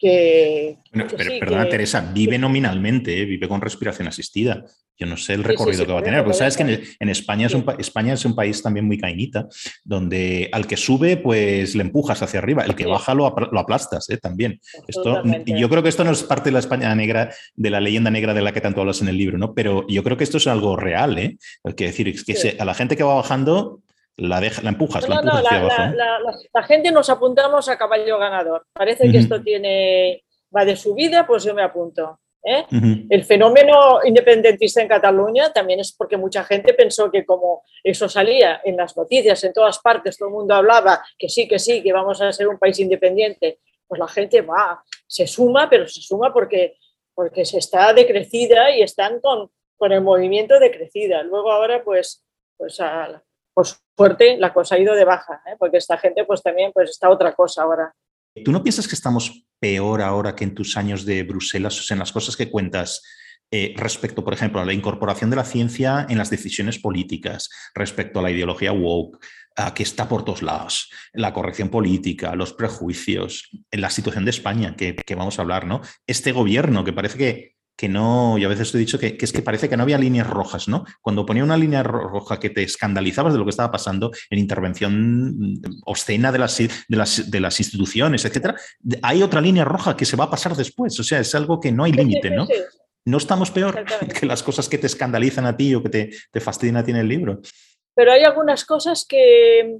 que... Bueno, que pero, sí, perdona, que, Teresa, vive nominalmente, ¿eh? Vive con respiración asistida. Yo no sé el recorrido sí, sí, sí, que va a por tener, eso, porque por sabes que eso. en, en España, es un, Sí. España es un país también muy cainita, donde al que sube, pues le empujas hacia arriba, el que Sí, baja lo, lo aplastas, ¿eh? También. Esto, absolutamente. yo creo que esto no es parte de la España negra, de la leyenda negra de la que tanto hablas en el libro, ¿no? Pero yo creo que esto es algo real, ¿eh? Es decir, es que Sí. se, a la gente que va bajando, la, deja, la empujas, No, la no, empujas no, hacia la, abajo, la, ¿eh? la, la, la gente nos apuntamos a caballo ganador. Parece que esto Uh-huh. tiene, va de subida, pues yo me apunto. ¿eh? Uh-huh. El fenómeno independentista en Cataluña también es porque mucha gente pensó que como eso salía en las noticias, en todas partes, todo el mundo hablaba que sí, que sí, que vamos a ser un país independiente, pues la gente va, se suma, pero se suma porque, porque se está decrecida y están con, con el movimiento decrecida. Luego ahora, pues, pues a, por suerte, la cosa ha ido de baja, ¿eh? Porque esta gente pues también pues está otra cosa ahora. ¿Tú no piensas que estamos peor ahora que en tus años de Bruselas? O sea, en las cosas que cuentas eh, respecto, por ejemplo, a la incorporación de la ciencia en las decisiones políticas, respecto a la ideología woke, a que está por todos lados, la corrección política, los prejuicios, en la situación de España, que, que vamos a hablar, ¿no? Este gobierno que parece que que no, yo a veces te he dicho que, que es que parece que no había líneas rojas, ¿no? Cuando ponía una línea roja que te escandalizabas de lo que estaba pasando en intervención obscena de las, de las, de las instituciones, etcétera, hay otra línea roja que se va a pasar después, o sea, es algo que no hay límite, ¿no? Sí, sí, sí. No estamos peor que las cosas que te escandalizan a ti o que te, te fastidian a ti en el libro. Pero hay algunas cosas que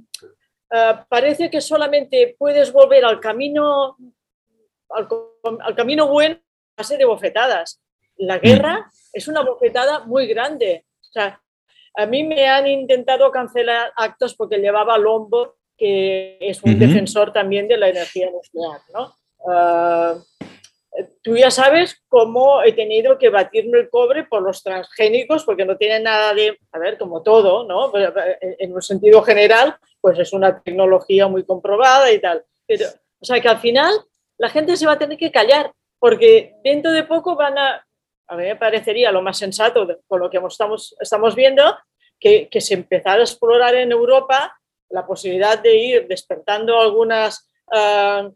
uh, parece que solamente puedes volver al camino, al, al camino bueno a base de bofetadas. La guerra mm. es una bofetada muy grande. O sea, a mí me han intentado cancelar actos porque llevaba Lombard, que es un uh-huh. defensor también de la energía nuclear, ¿no? Uh, tú ya sabes cómo he tenido que batirme el cobre por los transgénicos, porque no tienen nada de, a ver, como todo, ¿no? En un sentido general, pues es una tecnología muy comprobada y tal. Pero, o sea, que al final la gente se va a tener que callar, porque dentro de poco van a, a mí me parecería lo más sensato con lo que estamos, estamos viendo, que, que se empezara a explorar en Europa la posibilidad de ir despertando algunas uh,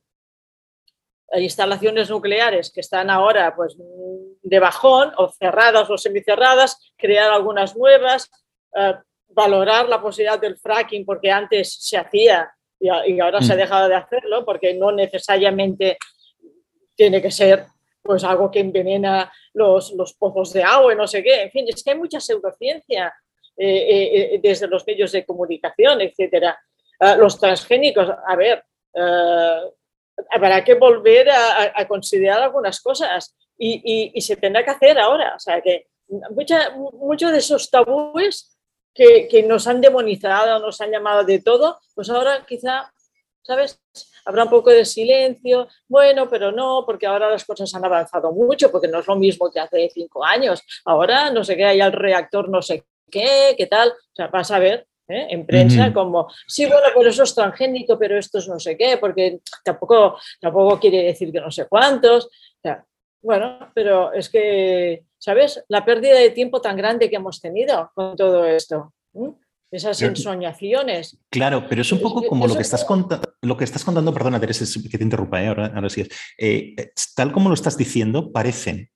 instalaciones nucleares que están ahora pues, de bajón, o cerradas o semicerradas, crear algunas nuevas, uh, valorar la posibilidad del fracking, porque antes se hacía y, y ahora mm. se ha dejado de hacerlo, porque no necesariamente tiene que ser pues algo que envenena los, los pozos de agua y no sé qué. En fin, es que hay mucha pseudociencia eh, eh, desde los medios de comunicación, etcétera. Uh, los transgénicos, a ver, uh, habrá que volver a, a considerar algunas cosas y, y, y se tendrá que hacer ahora. O sea, que muchos de esos tabúes que, que nos han demonizado, nos han llamado de todo, pues ahora quizá, ¿sabes?, habrá un poco de silencio, bueno, pero no, porque ahora las cosas han avanzado mucho, porque no es lo mismo que hace cinco años. Ahora no sé qué, hay el reactor no sé qué, qué tal. O sea, vas a ver ¿eh? en prensa uh-huh. como, sí, bueno, pero eso es transgénico, pero esto es no sé qué, porque tampoco, tampoco quiere decir que no sé cuántos. O sea, bueno, pero es que, ¿sabes? La pérdida de tiempo tan grande que hemos tenido con todo esto. ¿eh? Esas pero, ensoñaciones. Claro, pero es un poco como lo que estás contando, lo que estás contando, perdona, Teresa, que te interrumpa, ¿eh? ahora, ahora sí es. Eh, tal como lo estás diciendo, parecen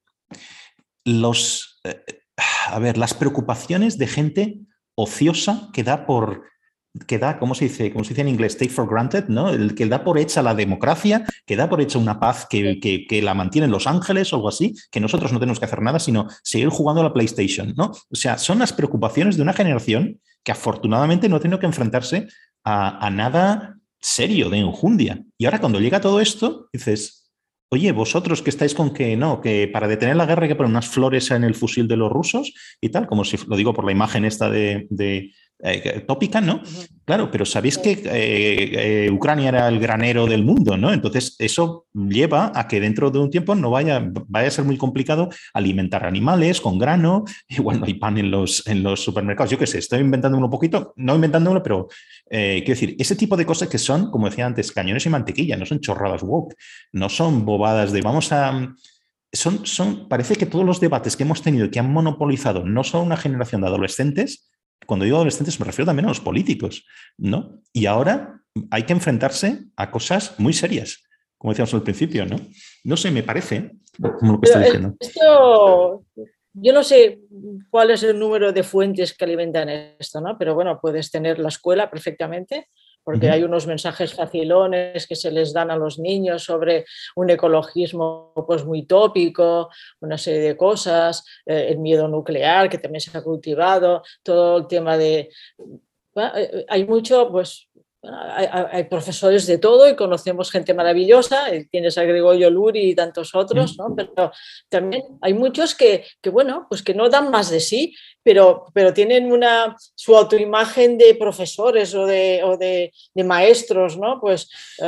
los, eh, a ver, las preocupaciones de gente ociosa que da por, que da, ¿cómo se dice? ¿Cómo se dice en inglés? Take for granted, ¿no? El que da por hecha la democracia, que da por hecha una paz que, que, que la mantienen Los Ángeles o algo así, que nosotros no tenemos que hacer nada, sino seguir jugando a la PlayStation, ¿no? O sea, son las preocupaciones de una generación que afortunadamente no ha tenido que enfrentarse a, a nada serio de enjundia. Y ahora cuando llega todo esto, dices, oye, vosotros que estáis con que no, que para detener la guerra hay que poner unas flores en el fusil de los rusos y tal, como si lo digo por la imagen esta de... de Eh, tópica, ¿no? Claro, pero sabéis que eh, eh, Ucrania era el granero del mundo, ¿no? Entonces eso lleva a que dentro de un tiempo no vaya, vaya a ser muy complicado alimentar animales con grano, igual no hay pan en los, en los supermercados, yo qué sé, estoy inventando un poquito, no inventándomelo, pero eh, quiero decir, ese tipo de cosas que son, como decía antes, cañones y mantequilla, no son chorradas woke, no son bobadas de vamos a... Son, son, parece que todos los debates que hemos tenido y que han monopolizado no son una generación de adolescentes. Cuando digo adolescentes me refiero también a los políticos, ¿no? Y ahora hay que enfrentarse a cosas muy serias. como decíamos al principio, ¿no? No sé, me parece, como lo que estoy diciendo. Esto, yo no sé cuál es el número de fuentes que alimentan esto, ¿no? Pero bueno, puedes tener la escuela perfectamente, porque uh-huh. hay unos mensajes facilones que se les dan a los niños sobre un ecologismo pues muy tópico, una serie de cosas, eh, el miedo nuclear que también se ha cultivado, todo el tema de... Bueno, hay mucho, pues... Hay, hay profesores de todo y conocemos gente maravillosa, tienes a Gregorio Luri y tantos otros, ¿no? Pero también hay muchos que, que, bueno, pues que no dan más de sí, pero, pero tienen una, su autoimagen de profesores o de, o de, de maestros, ¿no? Pues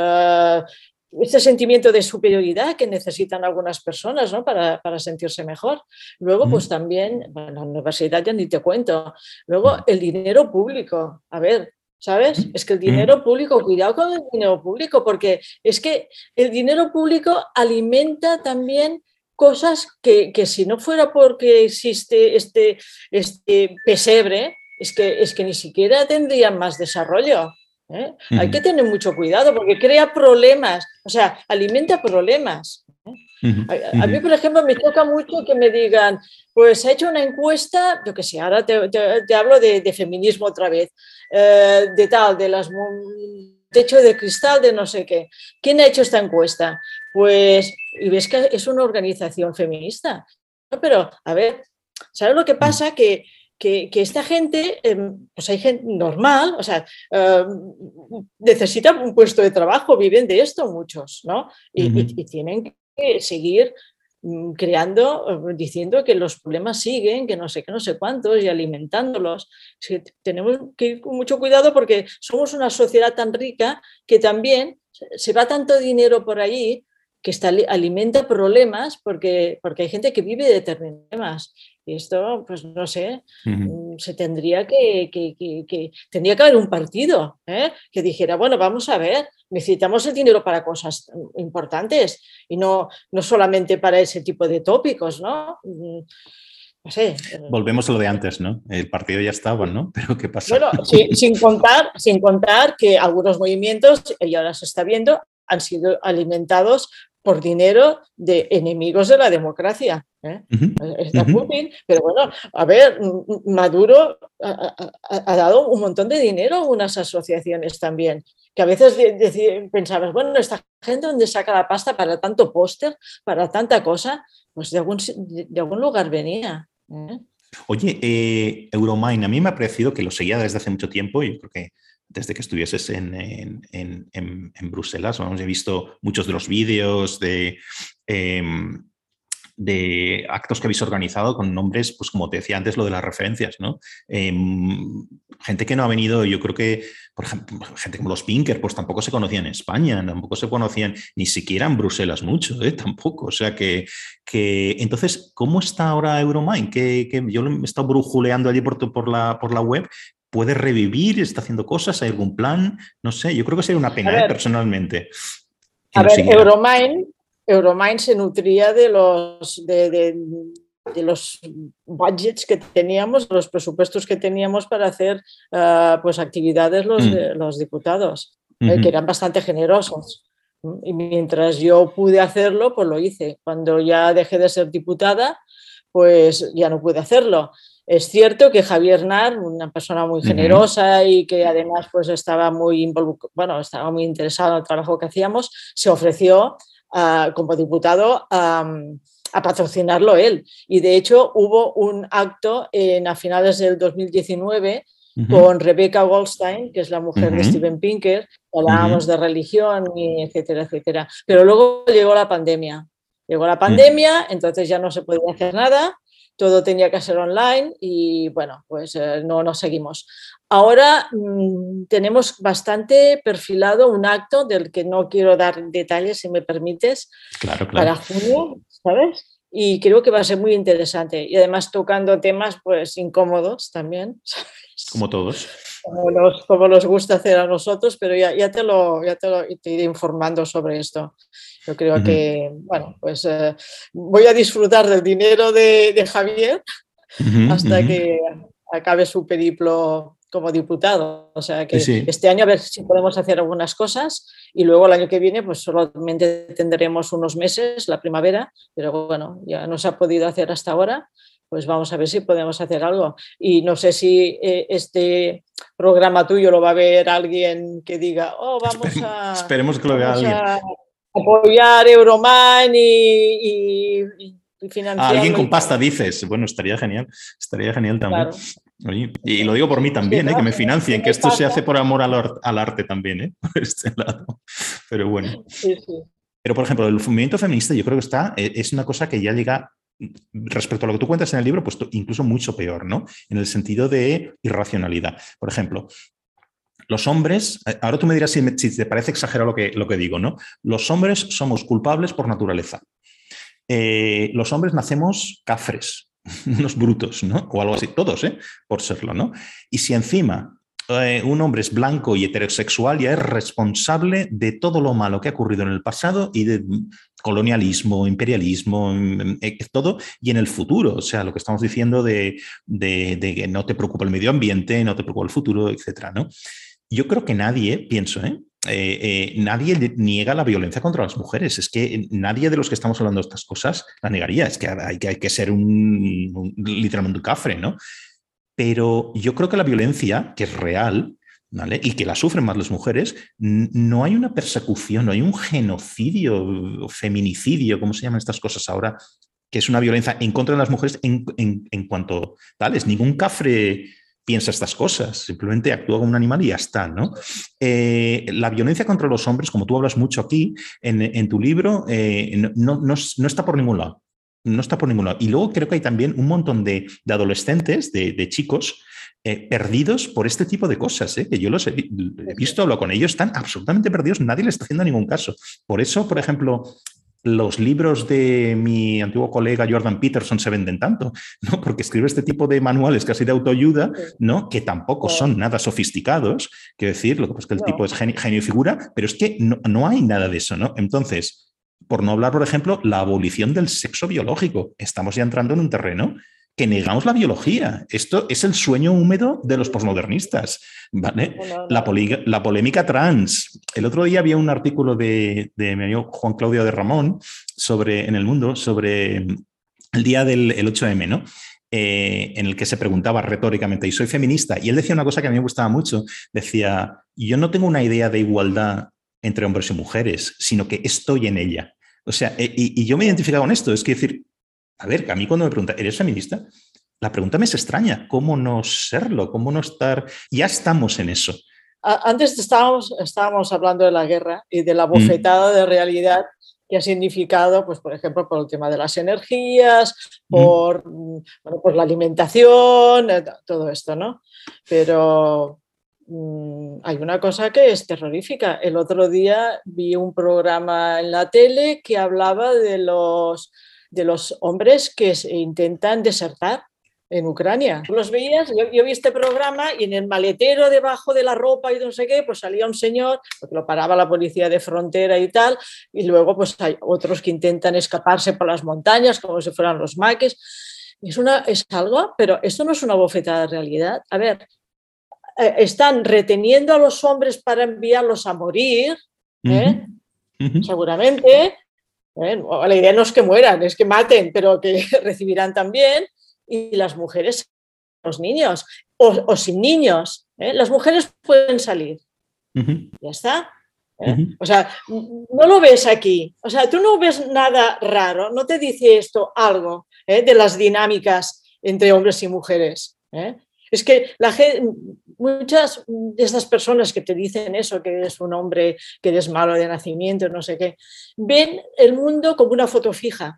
uh, este sentimiento de superioridad que necesitan algunas personas, ¿no? para, para sentirse mejor. Luego, pues también, bueno, la universidad ya ni te cuento. Luego, el dinero público. A ver, ¿sabes? Es que el dinero público, cuidado con el dinero público, porque es que el dinero público alimenta también cosas que, que si no fuera porque existe este, este pesebre, es que, es que ni siquiera tendrían más desarrollo. ¿eh? Uh-huh. Hay que tener mucho cuidado porque crea problemas, o sea, alimenta problemas. ¿eh? Uh-huh. A, a mí, por ejemplo, me toca mucho que me digan, pues ha hecho una encuesta, yo qué sé, ahora te, te, te hablo de, de feminismo otra vez, eh, de tal, de las techo de cristal, de no sé qué. ¿Quién ha hecho esta encuesta? Pues, y ves que es una organización feminista. Pero, a ver, ¿sabes lo que pasa? Que Que, que esta gente, eh, pues hay gente normal, o sea, eh, necesita un puesto de trabajo, viven de esto muchos, ¿no? Y, uh-huh. y, y tienen que seguir mm, creando, eh, diciendo que los problemas siguen, que no sé qué, no sé cuántos, y alimentándolos. Es que tenemos que ir con mucho cuidado porque somos una sociedad tan rica que también se va tanto dinero por allí que está, alimenta problemas porque, porque hay gente que vive de determinados temas. Y esto, pues no sé, uh-huh. se tendría que, que, que, que, tendría que haber un partido ¿eh? que dijera, bueno, vamos a ver, necesitamos el dinero para cosas importantes y no, no solamente para ese tipo de tópicos, ¿no? No sé. Volvemos a lo de antes, ¿no? El partido ya estaba, ¿no? Pero ¿qué pasa? Bueno, sí, sin, contar, sin contar que algunos movimientos, y ahora se está viendo, han sido alimentados por dinero de enemigos de la democracia. ¿eh? Uh-huh. Está Putin, uh-huh. pero bueno, a ver, Maduro ha, ha, ha dado un montón de dinero a unas asociaciones también, que a veces de, de, pensabas, bueno, esta gente ¿dónde saca la pasta para tanto póster, para tanta cosa? Pues de algún, de, de algún lugar venía. ¿eh? Oye, eh, Euromine, a mí me ha parecido que lo seguía desde hace mucho tiempo y creo que desde que estuvieses en, en, en, en Bruselas, vamos, he visto muchos de los vídeos de, eh, de actos que habéis organizado con nombres, pues como te decía antes, lo de las referencias, ¿no? Eh, gente que no ha venido, yo creo que, por ejemplo, gente como los Pinker, pues tampoco se conocían en España, tampoco se conocían ni siquiera en Bruselas mucho, ¿eh? Tampoco, o sea que, que... Entonces, ¿cómo está ahora Euromine? Que, que yo me he estado brujuleando allí por, por, la, por la web. ¿Puede revivir? ¿Está haciendo cosas? ¿Hay algún plan? No sé, yo creo que sería una pena, ver, ¿eh? Personalmente. A ver, Euromine, Euromine se nutría de los, de, de, de los budgets que teníamos, los presupuestos que teníamos para hacer uh, pues actividades los, mm. de, los diputados, mm-hmm. eh, que eran bastante generosos. Y mientras yo pude hacerlo, pues lo hice. Cuando ya dejé de ser diputada, pues ya no pude hacerlo. Es cierto que Javier Nar, una persona muy generosa uh-huh. y que además pues, estaba, muy involuc- bueno, estaba muy interesado en el trabajo que hacíamos, se ofreció uh, como diputado um, a patrocinarlo él. Y de hecho hubo un acto en, a finales del dos mil diecinueve uh-huh. con Rebecca Goldstein, que es la mujer uh-huh. de Steven Pinker, hablábamos uh-huh. de religión, y etcétera, etcétera. Pero luego llegó la pandemia. Llegó la pandemia, uh-huh. entonces ya no se podía hacer nada. Todo tenía que ser online y, bueno, pues eh, no nos seguimos. Ahora mmm, tenemos bastante perfilado un acto del que no quiero dar detalles, si me permites, claro, claro. para junio, ¿sabes? Y creo que va a ser muy interesante. Y además tocando temas, pues, incómodos también, ¿sabes? Como todos. Como nos, como nos gusta hacer a nosotros, pero ya, ya, te, lo, ya te, lo, te iré informando sobre esto. Yo creo uh-huh. que, bueno, pues eh, voy a disfrutar del dinero de, de Javier uh-huh, hasta uh-huh. que acabe su periplo como diputado. O sea que sí, sí. este año a ver si podemos hacer algunas cosas y luego el año que viene pues solamente tendremos unos meses, la primavera, pero bueno, ya no se ha podido hacer hasta ahora, pues vamos a ver si podemos hacer algo. Y no sé si eh, este programa tuyo lo va a ver alguien que diga, oh, vamos Esperemos, a, esperemos que lo vea vamos alguien. a apoyar Euroman y, y, y financiarlo. Ah, alguien con y pasta, tal. dices. Bueno, estaría genial. Estaría genial también. Claro. Oye, y lo digo por mí también, Sí, ¿eh? no, Que me si financien, no que hay esto se pasta. hace por amor al, or- al arte también, ¿eh? Por este lado. Pero bueno. Sí, sí. Pero, por ejemplo, el movimiento feminista yo creo que está, eh, es una cosa que ya llega, respecto a lo que tú cuentas en el libro, pues incluso mucho peor, ¿no? En el sentido de irracionalidad. Por ejemplo, los hombres, ahora tú me dirás si, me, si te parece exagerado lo que, lo que digo, ¿no? Los hombres somos culpables por naturaleza. Eh, los hombres nacemos cafres, unos brutos, ¿no? O algo así, todos, ¿eh? Por serlo, ¿no? Y si encima eh, un hombre es blanco y heterosexual, ya es responsable de todo lo malo que ha ocurrido en el pasado y de colonialismo, imperialismo, eh, todo, y en el futuro, o sea, lo que estamos diciendo de, de, de que no te preocupa el medio ambiente, no te preocupa el futuro, etcétera, ¿no? Yo creo que nadie, pienso, ¿eh? Eh, eh, nadie niega la violencia contra las mujeres. Es que nadie de los que estamos hablando de estas cosas la negaría. Es que hay que, hay que ser un, un, literalmente un cafre, ¿no? Pero yo creo que la violencia, que es real, ¿vale? Y que la sufren más las mujeres, no hay una persecución, no hay un genocidio, feminicidio, ¿cómo se llaman estas cosas ahora? Que es una violencia en contra de las mujeres en, en, en cuanto tales. Ningún cafre piensa estas cosas, simplemente actúa como un animal y ya está, ¿no? Eh, la violencia contra los hombres, como tú hablas mucho aquí en, en tu libro, eh, no, no, no está por ningún lado. No está por ningún lado. Y luego creo que hay también un montón de, de adolescentes, de, de chicos, eh, perdidos por este tipo de cosas, ¿eh? Que yo los he, he visto, hablo con ellos, están absolutamente perdidos, nadie les está haciendo ningún caso. Por eso, por ejemplo, los libros de mi antiguo colega Jordan Peterson se venden tanto, ¿no? Porque escribe este tipo de manuales casi de autoayuda, ¿no? Que tampoco son nada sofisticados, quiero decir, lo que pasa es que el no. tipo es genio, genio y figura, pero es que no, no hay nada de eso, ¿no? Entonces, por no hablar, por ejemplo, la abolición del sexo biológico. Estamos ya entrando en un terreno que negamos la biología. Esto es el sueño húmedo de los posmodernistas, ¿vale? No, no, no. La, poli, la polémica trans. El otro día había un artículo de, de mi amigo Juan Claudio de Ramón sobre, en El Mundo sobre el día del el ocho eme, ¿no? Eh, en el que se preguntaba retóricamente, ¿y soy feminista? Y él decía una cosa que a mí me gustaba mucho. Decía, yo no tengo una idea de igualdad entre hombres y mujeres, sino que estoy en ella. O sea, y, y yo me he identificado con esto. Es que decir, a ver, que a mí cuando me preguntan, ¿eres feminista? La pregunta me es extraña. ¿Cómo no serlo? ¿Cómo no estar? Ya estamos en eso. Antes estábamos, estábamos hablando de la guerra y de la bofetada mm. de realidad que ha significado, pues, por ejemplo, por el tema de las energías, por, mm. bueno, por la alimentación, todo esto, ¿no? Pero mm, hay una cosa que es terrorífica. El otro día vi un programa en la tele que hablaba de los... de los hombres que intentan desertar en Ucrania. Los veías, yo, yo vi este programa y en el maletero debajo de la ropa y no sé qué, pues salía un señor, porque lo paraba la policía de frontera y tal, y luego pues hay otros que intentan escaparse por las montañas como si fueran los maquis. Es, una, es algo, pero esto no es una bofetada de realidad. A ver, eh, están reteniendo a los hombres para enviarlos a morir, ¿eh? Uh-huh. Uh-huh. Seguramente. ¿Eh? La idea no es que mueran, es que maten, pero que recibirán también. Y las mujeres, los niños, o, o sin niños, ¿eh? Las mujeres pueden salir. Uh-huh. Ya está. ¿Eh? Uh-huh. O sea, no lo ves aquí. O sea, tú no ves nada raro, no te dice esto algo, ¿eh? De las dinámicas entre hombres y mujeres, ¿eh? Es que la gente, muchas de estas personas que te dicen eso, que eres un hombre, que eres malo de nacimiento, no sé qué, ven el mundo como una foto fija.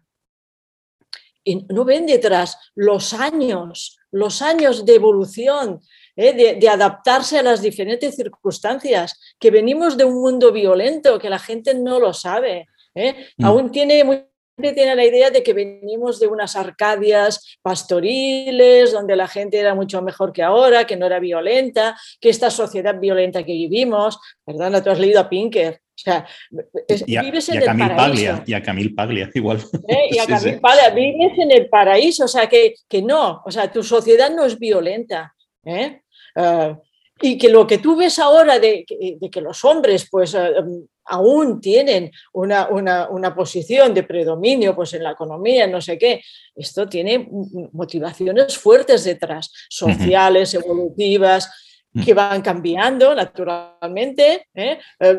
Y no ven detrás los años, los años de evolución, ¿eh? de, de adaptarse a las diferentes circunstancias, que venimos de un mundo violento, que la gente no lo sabe, ¿eh? Mm. Aún tiene muy... tiene la idea de que venimos de unas Arcadias pastoriles, donde la gente era mucho mejor que ahora, que no era violenta, que esta sociedad violenta que vivimos, ¿verdad? Tú has leído a Pinker. O sea, es, y a, vives y en a el Camille paraíso. Paglia, y a Camille Paglia, igual. ¿Eh? Y a sí, Camille sí. Paglia, vives en el paraíso, o sea, que, que no, o sea, tu sociedad no es violenta, ¿eh? Uh, y que lo que tú ves ahora de, de que los hombres pues uh, aún tienen una, una, una posición de predominio pues en la economía, no sé qué, esto tiene motivaciones fuertes detrás, sociales, uh-huh. evolutivas, que van cambiando naturalmente, ¿eh?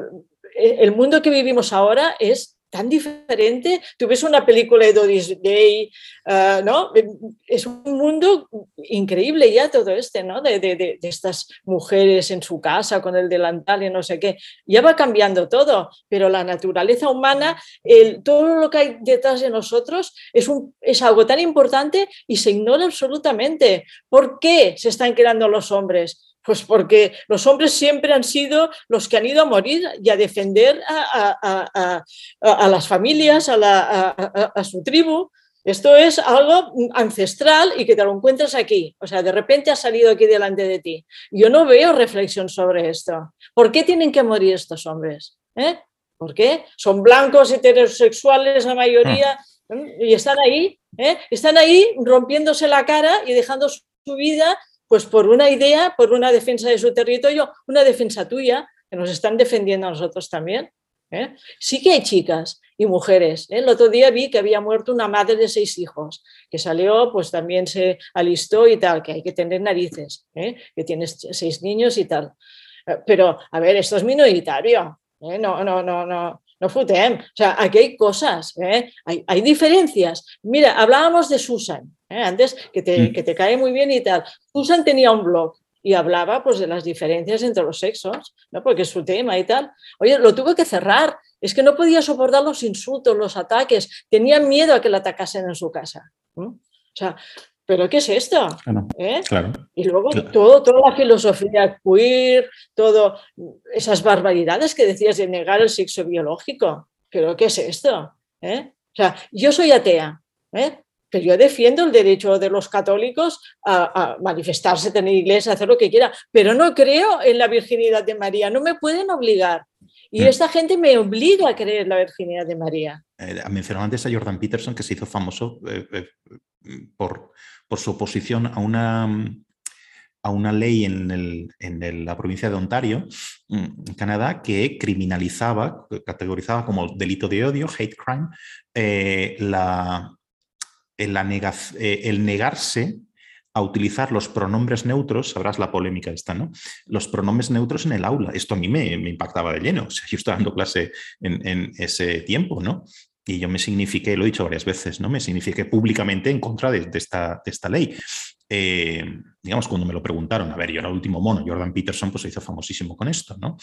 El mundo que vivimos ahora es tan diferente. Tú ves una película de Doris Day, uh, ¿no? Es un mundo increíble ya todo este, ¿no? De, de, de estas mujeres en su casa con el delantal y no sé qué. Ya va cambiando todo, pero la naturaleza humana, el, todo lo que hay detrás de nosotros es, un, es algo tan importante y se ignora absolutamente. ¿Por qué se están creando los hombres? Pues porque los hombres siempre han sido los que han ido a morir y a defender a, a, a, a, a las familias, a, la, a, a, a su tribu. Esto es algo ancestral y que te lo encuentras aquí. O sea, de repente ha salido aquí delante de ti. Yo no veo reflexión sobre esto. ¿Por qué tienen que morir estos hombres? ¿Eh? ¿Por qué? Son blancos, heterosexuales la mayoría, ¿eh? Y están ahí, ¿eh? Están ahí rompiéndose la cara y dejando su vida pues por una idea, por una defensa de su territorio, una defensa tuya, que nos están defendiendo a nosotros también. ¿eh? Sí que hay chicas y mujeres. ¿eh? El otro día vi que había muerto una madre de seis hijos, que salió, pues también se alistó y tal, que hay que tener narices, ¿eh? que tienes seis niños y tal. Pero, a ver, esto es minoritario. ¿eh? No, no, no, no. No futem. O sea, aquí hay cosas, ¿eh? hay, hay diferencias. Mira, hablábamos de Susan, ¿eh? antes, que te, que te cae muy bien y tal. Susan tenía un blog y hablaba pues, de las diferencias entre los sexos, ¿no? porque es su tema y tal. Oye, lo tuve que cerrar. Es que no podía soportar los insultos, los ataques. Tenía miedo a que la atacasen en su casa. ¿no? O sea, ¿pero qué es esto? Claro, ¿Eh? claro. Y luego claro. todo, toda la filosofía queer, todas esas barbaridades que decías de negar el sexo biológico. ¿Pero qué es esto? ¿Eh? O sea, yo soy atea, ¿eh? pero yo defiendo el derecho de los católicos a, a manifestarse, tener iglesia, hacer lo que quiera, pero no creo en la virginidad de María, no me pueden obligar. Y mm. esta gente me obliga a creer en la virginidad de María. Eh, mencionaba antes a Jordan Peterson, que se hizo famoso eh, eh, por, por su oposición a una, a una ley en, el, en el, la provincia de Ontario, en Canadá, que criminalizaba, categorizaba como delito de odio, hate crime, eh, la, la nega, eh, el negarse a utilizar los pronombres neutros, sabrás la polémica esta, ¿no? Los pronombres neutros en el aula. Esto a mí me, me impactaba de lleno. O sea, yo estaba dando clase en, en ese tiempo, ¿no? Y yo me signifiqué, lo he dicho varias veces, ¿no? Me signifiqué públicamente en contra de, de, esta, de esta ley. Eh, digamos, cuando me lo preguntaron, a ver, yo era el último mono, Jordan Peterson pues se hizo famosísimo con esto, ¿no?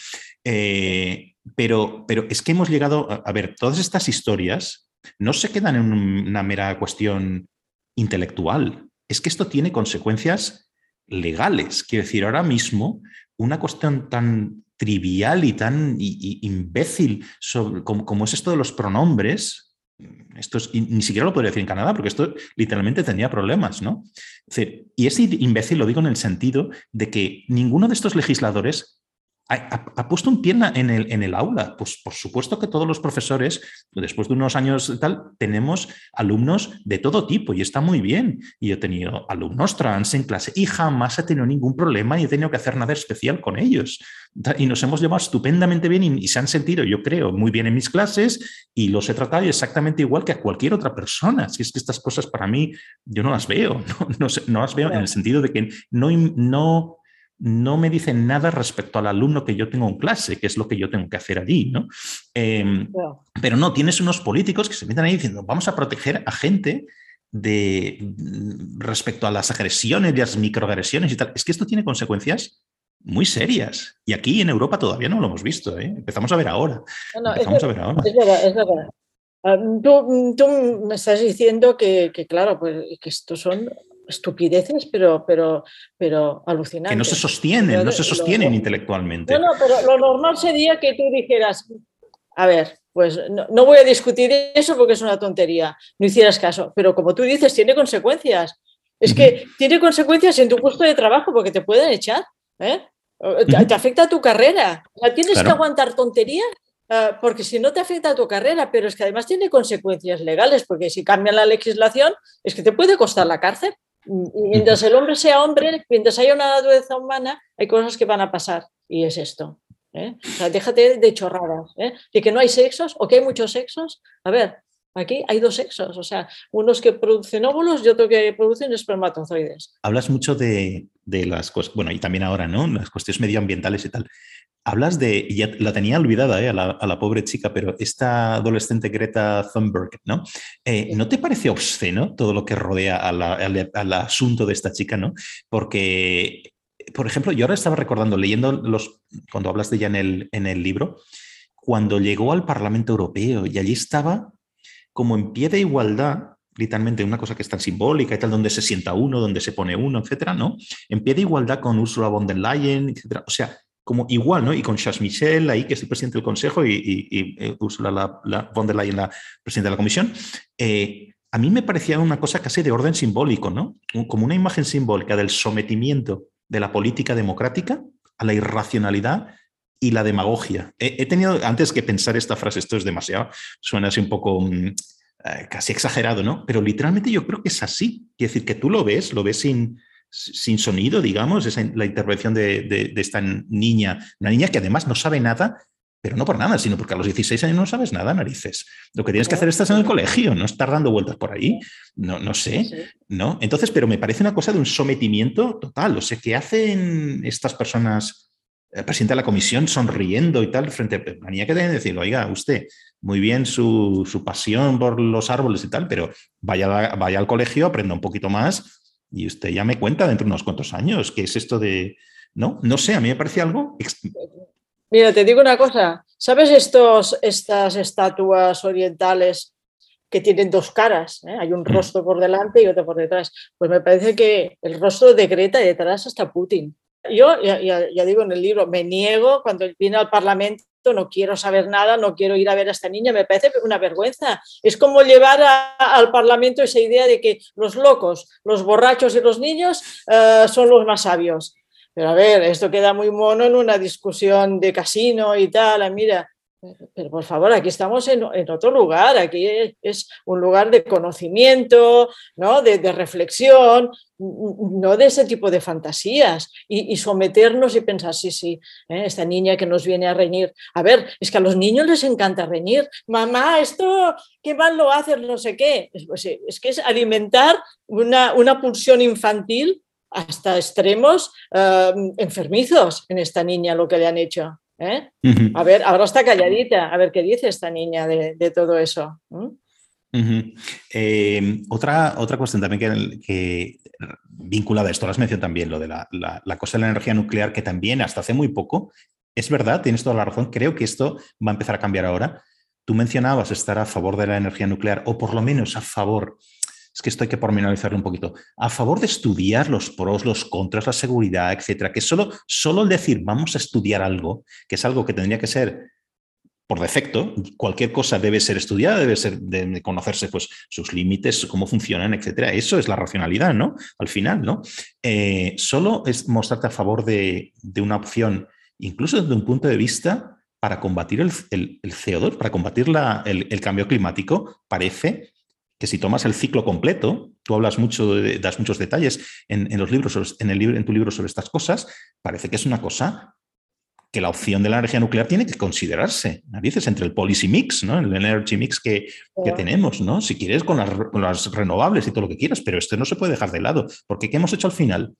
Eh, pero, pero es que hemos llegado, a, a ver, todas estas historias no se quedan en una mera cuestión intelectual. Es que esto tiene consecuencias legales. Quiero decir, ahora mismo, una cuestión tan trivial y tan y, y imbécil sobre, como, como es esto de los pronombres, esto es, y ni siquiera lo podría decir en Canadá, porque esto literalmente tenía problemas, ¿no? Es decir, y ese imbécil lo digo en el sentido de que ninguno de estos legisladores ha, ha, ha puesto un pie en el, en el aula. Pues por supuesto que todos los profesores, después de unos años y tal, tenemos alumnos de todo tipo y está muy bien. Y yo he tenido alumnos trans en clase y jamás he tenido ningún problema ni he tenido que hacer nada especial con ellos. Y nos hemos llevado estupendamente bien y, y se han sentido, yo creo, muy bien en mis clases y los he tratado exactamente igual que a cualquier otra persona. Si es que estas cosas para mí, yo no las veo, no, no, no las veo en el sentido de que no... no no me dicen nada respecto al alumno que yo tengo en clase, que es lo que yo tengo que hacer allí, ¿no? Eh, no. Pero no, tienes unos políticos que se meten ahí diciendo vamos a proteger a gente de, respecto a las agresiones y las microagresiones y tal. Es que esto tiene consecuencias muy serias. Y aquí en Europa todavía no lo hemos visto, ¿eh? Empezamos a ver ahora. No, no, Empezamos es, a ver ahora. Es verdad, es verdad. Uh, tú, tú me estás diciendo que, que claro, pues que estos son estupideces, pero, pero, pero alucinantes. Que no se sostienen, no se sostienen lo, intelectualmente. No, no, pero lo normal sería que tú dijeras, a ver, pues no, no voy a discutir eso porque es una tontería, no hicieras caso, pero como tú dices, tiene consecuencias. Es uh-huh. que tiene consecuencias en tu puesto de trabajo porque te pueden echar, ¿eh? Te, uh-huh. te afecta a tu carrera. O sea, tienes claro. que aguantar tonterías. Uh, porque si no te afecta a tu carrera, pero es que además tiene consecuencias legales, porque si cambian la legislación es que te puede costar la cárcel. Y mientras el hombre sea hombre, mientras haya una naturaleza humana, hay cosas que van a pasar. Y es esto. ¿eh? O sea, déjate de chorradas. ¿eh? De que no hay sexos o que hay muchos sexos. A ver, aquí hay dos sexos. O sea, unos que producen óvulos y otros que producen espermatozoides. Hablas mucho de, de las cosas, bueno, y también ahora, ¿no? Las cuestiones medioambientales y tal. Hablas de, ya la tenía olvidada ¿eh? a, la, a la pobre chica, pero esta adolescente Greta Thunberg, ¿no? Eh, ¿No te parece obsceno todo lo que rodea a la, al, al asunto de esta chica, ¿no? Porque, por ejemplo, yo ahora estaba recordando, leyendo los, cuando hablas de ella en el, en el libro, cuando llegó al Parlamento Europeo y allí estaba como en pie de igualdad, literalmente una cosa que es tan simbólica y tal, donde se sienta uno, donde se pone uno, etcétera, ¿no? En pie de igualdad con Ursula von der Leyen, etcétera. O sea, como igual, ¿no? Y con Charles Michel ahí, que es el presidente del Consejo, y, y, y Ursula la, la von der Leyen, la presidenta de la Comisión, eh, a mí me parecía una cosa casi de orden simbólico, ¿no? Como una imagen simbólica del sometimiento de la política democrática a la irracionalidad y la demagogia. He, he tenido antes que pensar esta frase, esto es demasiado, suena así un poco mmm, eh, casi exagerado, ¿no? Pero literalmente yo creo que es así. Quiere decir que tú lo ves, lo ves sin... sin sonido, digamos, esa, la intervención de, de, de esta niña, una niña que además no sabe nada, pero no por nada, sino porque a los dieciséis años no sabes nada, narices. Lo que tienes que hacer es estar en el colegio, no estar dando vueltas por ahí, no, no sé, ¿no? Entonces, pero me parece una cosa de un sometimiento total, o sea, ¿qué hacen estas personas, el presidente de la comisión, sonriendo y tal, frente a la niña que deben decir, oiga, usted, muy bien su, su pasión por los árboles y tal, pero vaya, vaya al colegio, aprenda un poquito más. Y usted ya me cuenta dentro de unos cuantos años qué es esto de... No, no sé, a mí me parece algo... Mira, te digo una cosa. ¿Sabes estos, estas estatuas orientales que tienen dos caras? ¿eh? Hay un rostro por delante y otro por detrás. Pues me parece que el rostro de Greta y detrás está Putin. Yo, ya, ya, ya digo en el libro, me niego cuando viene al Parlamento, no quiero saber nada, no quiero ir a ver a esta niña, me parece una vergüenza. Es como llevar a, al Parlamento esa idea de que los locos, los borrachos y los niños uh, son los más sabios. Pero a ver, esto queda muy mono en una discusión de casino y tal, mira, pero por favor, aquí estamos en, en otro lugar, aquí es, es un lugar de conocimiento, ¿no? de, de reflexión, no de ese tipo de fantasías y, y someternos y pensar, sí, sí, ¿eh? esta niña que nos viene a reñir. A ver, es que a los niños les encanta reñir. Mamá, esto, qué mal lo haces, no sé qué. Es, pues, es que es alimentar una, una pulsión infantil hasta extremos uh, enfermizos en esta niña lo que le han hecho. ¿Eh? Uh-huh. A ver, ahora está calladita, a ver qué dice esta niña de, de todo eso. ¿Mm? Uh-huh. Eh, otra, otra cuestión también que, que vinculada a esto, lo has mencionado también, lo de la, la, la cosa de la energía nuclear, que también hasta hace muy poco, es verdad, tienes toda la razón, creo que esto va a empezar a cambiar ahora. Tú mencionabas estar a favor de la energía nuclear, o por lo menos a favor, es que esto hay que pormenorizarlo un poquito, a favor de estudiar los pros, los contras, la seguridad, etcétera, que solo, solo el decir vamos a estudiar algo, que es algo que tendría que ser por defecto, cualquier cosa debe ser estudiada, debe ser de conocerse pues, sus límites, cómo funcionan, etcétera. Eso es la racionalidad, ¿no? Al final, ¿no? Eh, solo es mostrarte a favor de, de una opción, incluso desde un punto de vista para combatir el, el, el C O dos, para combatir la, el, el cambio climático, parece que si tomas el ciclo completo, tú hablas mucho, de, das muchos detalles en, en los libros, sobre, en, el libro, en tu libro sobre estas cosas, parece que es una cosa que la opción de la energía nuclear tiene que considerarse, a veces entre el policy mix, ¿no? El energy mix que, que tenemos, ¿no? Si quieres con las, con las renovables y todo lo que quieras, pero esto no se puede dejar de lado, porque ¿qué hemos hecho al final?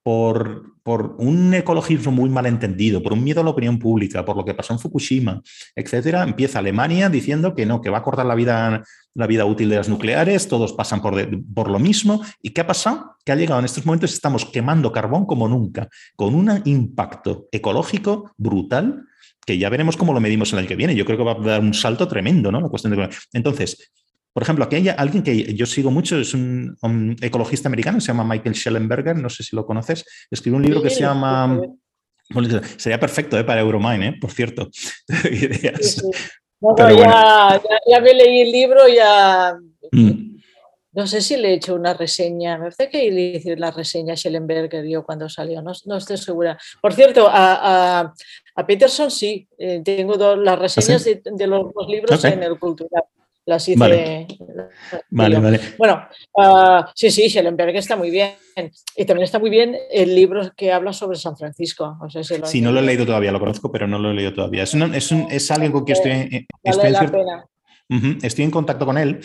Por, por un ecologismo muy malentendido, por un miedo a la opinión pública, por lo que pasó en Fukushima, etcétera, empieza Alemania diciendo que no, que va a cortar la vida, la vida útil de las nucleares, todos pasan por, de, por lo mismo. ¿Y qué ha pasado? Que ha llegado en estos momentos, estamos quemando carbón como nunca, con un impacto ecológico brutal, que ya veremos cómo lo medimos el año que viene. Yo creo que va a dar un salto tremendo, ¿no? La cuestión de... Entonces, por ejemplo, aquí hay alguien que yo sigo mucho, es un, un ecologista americano, se llama Michael Schellenberger, no sé si lo conoces, escribió un libro que se llama... Bueno, sería perfecto ¿eh? Para Euromine, ¿eh? Por cierto. Ideas. Sí, sí. No, no, ya, bueno. ya, ya me leí el libro, ya... Mm. No sé si le he hecho una reseña, me parece que le hice la reseña a Schellenberger yo cuando salió, no, no estoy segura. Por cierto, a, a, a Peterson sí, eh, tengo dos, las reseñas ¿Ah, sí? de, de los, los libros okay. en el Cultural. Las hice, vale. Vale, vale. Bueno, uh, sí, sí, Schellenberg está muy bien. Y también está muy bien el libro que habla sobre San Francisco. No sé si lo sí, no lo he leído todavía, lo conozco, pero no lo he leído todavía. Es, una, es, un, es alguien con quien estoy, estoy vale en la cierto... pena. Uh-huh. Estoy en contacto con él.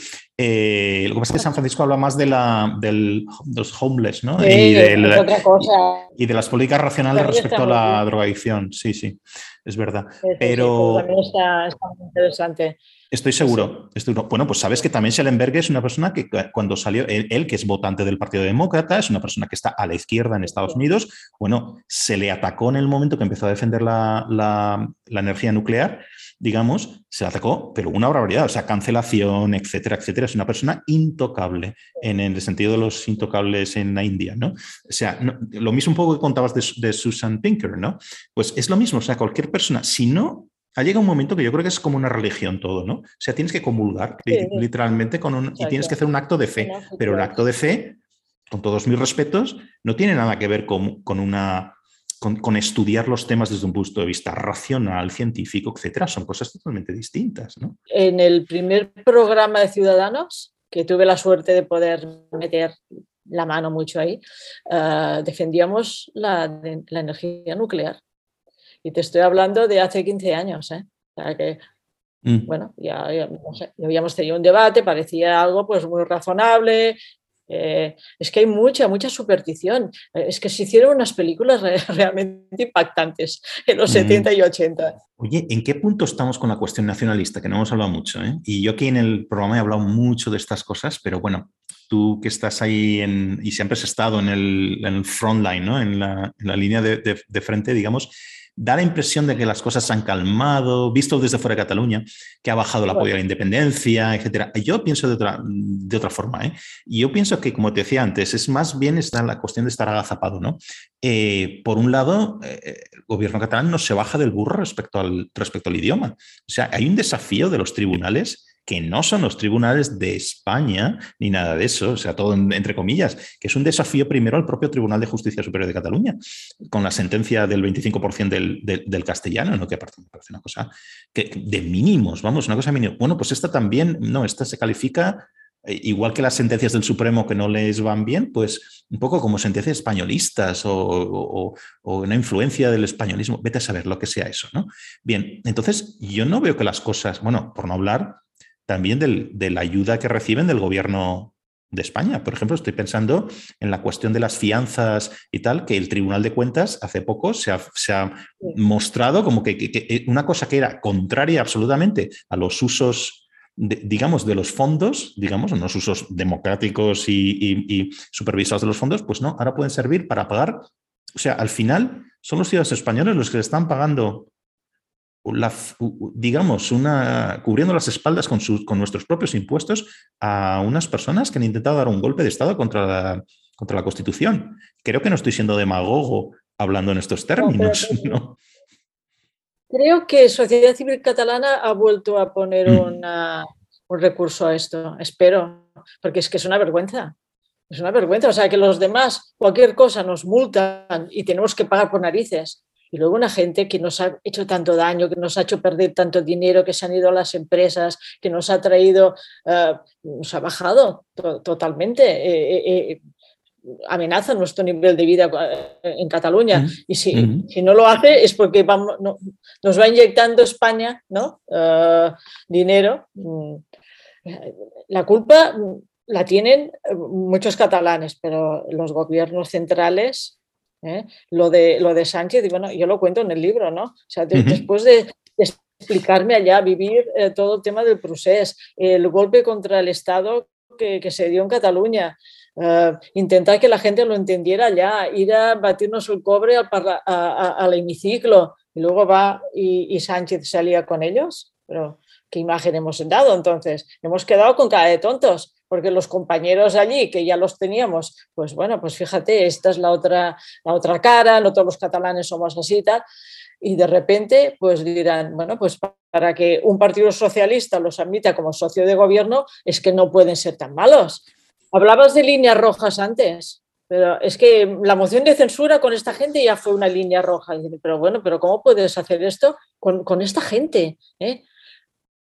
Eh, lo que pasa es que San Francisco habla más de, la, del, de los homeless, ¿no? Sí, y, del, es otra cosa. Y, y de las políticas racionales También respecto a la bien. drogadicción. Sí, sí, es verdad. Sí, sí, pero... sí, pero también está, está muy interesante. Estoy seguro, sí. estoy, bueno, pues sabes que también Schellenberg es una persona que cuando salió, él, él, que es votante del Partido Demócrata, es una persona que está a la izquierda en Estados sí. Unidos, bueno, se le atacó en el momento que empezó a defender la, la, la energía nuclear, digamos, se le atacó, pero una barbaridad, o sea, cancelación, etcétera, etcétera, es una persona intocable en el sentido de los intocables en la India, ¿no? O sea, no, lo mismo un poco que contabas de, de Susan Pinker, ¿no? Pues es lo mismo, o sea, cualquier persona, si no... Ha llegado un momento que yo creo que es como una religión todo, ¿no? O sea, tienes que comulgar sí, literalmente con un, y tienes que hacer un acto de fe, pero el acto de fe, con todos mis respetos, no tiene nada que ver con, con una... Con, con estudiar los temas desde un punto de vista racional, científico, etcétera. Son cosas totalmente distintas, ¿no? En el primer programa de Ciudadanos, que tuve la suerte de poder meter la mano mucho ahí, uh, defendíamos la, de, la energía nuclear. Y te estoy hablando de hace quince años, ¿eh? O sea que, mm. bueno, ya, ya, no sé, ya habíamos tenido un debate, parecía algo pues muy razonable. Eh, es que hay mucha, mucha superstición. Es que se hicieron unas películas re realmente impactantes en los mm. setenta y ochenta. Oye, ¿en qué punto estamos con la cuestión nacionalista? Que no hemos hablado mucho, ¿eh? Y yo aquí en el programa he hablado mucho de estas cosas, pero bueno, tú que estás ahí en, y siempre has estado en el, en el frontline, ¿no? En la, en la línea de, de, de frente, digamos, da la impresión de que las cosas se han calmado, visto desde fuera de Cataluña, que ha bajado el apoyo a la independencia, etcétera. Yo pienso de otra, de otra forma, ¿eh? Y yo pienso que, como te decía antes, es más bien está la cuestión de estar agazapado, ¿no? Eh, por un lado, eh, el gobierno catalán no se baja del burro respecto al, respecto al idioma. O sea, hay un desafío de los tribunales que no son los tribunales de España ni nada de eso, o sea, todo en, entre comillas, que es un desafío primero al propio Tribunal de Justicia Superior de Cataluña, con la sentencia del veinticinco por ciento del, del, del castellano, ¿no? Que aparte me parece una cosa que, de mínimos, vamos, una cosa mínima. Bueno, pues esta también, no, esta se califica, eh, igual que las sentencias del Supremo que no les van bien, pues un poco como sentencias españolistas o, o, o una influencia del españolismo, vete a saber lo que sea eso, ¿no? Bien, entonces yo no veo que las cosas, bueno, por no hablar también del, de la ayuda que reciben del gobierno de España. Por ejemplo, estoy pensando en la cuestión de las fianzas y tal, que el Tribunal de Cuentas hace poco se ha, se ha mostrado como que, que, que una cosa que era contraria absolutamente a los usos, de, digamos, de los fondos, digamos, unos usos democráticos y, y, y supervisados de los fondos, pues no, ahora pueden servir para pagar. O sea, al final son los ciudadanos españoles los que le están pagando La, digamos, una, cubriendo las espaldas con, sus, con nuestros propios impuestos a unas personas que han intentado dar un golpe de Estado contra la, contra la Constitución. Creo que no estoy siendo demagogo hablando en estos términos, no, pero, ¿no? Creo que Sociedad Civil Catalana ha vuelto a poner mm. una, un recurso a esto, espero, porque es que es una vergüenza. Es una vergüenza, o sea, que los demás, cualquier cosa nos multan y tenemos que pagar por narices. Y luego una gente que nos ha hecho tanto daño, que nos ha hecho perder tanto dinero, que se han ido a las empresas, que nos ha traído, uh, nos ha bajado to totalmente, eh, eh, amenaza nuestro nivel de vida en Cataluña. Uh-huh. Y si, uh-huh. si no lo hace es porque vamos, no, nos va inyectando España, ¿no? uh, dinero. La culpa la tienen muchos catalanes, pero los gobiernos centrales... ¿Eh? Lo, de, lo de Sánchez, y bueno, yo lo cuento en el libro, ¿no? O sea, de, uh-huh. después de, de explicarme allá, vivir eh, todo el tema del procés, el golpe contra el Estado que, que se dio en Cataluña, uh, intentar que la gente lo entendiera allá, ir a batirnos el cobre al, parla, a, a, al hemiciclo, y luego va y, y Sánchez salía con ellos. Pero ¿qué imagen hemos dado entonces? Hemos quedado con cara de tontos. Porque los compañeros allí, que ya los teníamos, pues bueno, pues fíjate, esta es la otra, la otra cara, no todos los catalanes somos así y tal, y de repente pues dirán, bueno, pues para que un partido socialista los admita como socio de gobierno es que no pueden ser tan malos. Hablabas de líneas rojas antes, pero es que la moción de censura con esta gente ya fue una línea roja, pero bueno, pero ¿cómo puedes hacer esto con, con esta gente? ¿Eh?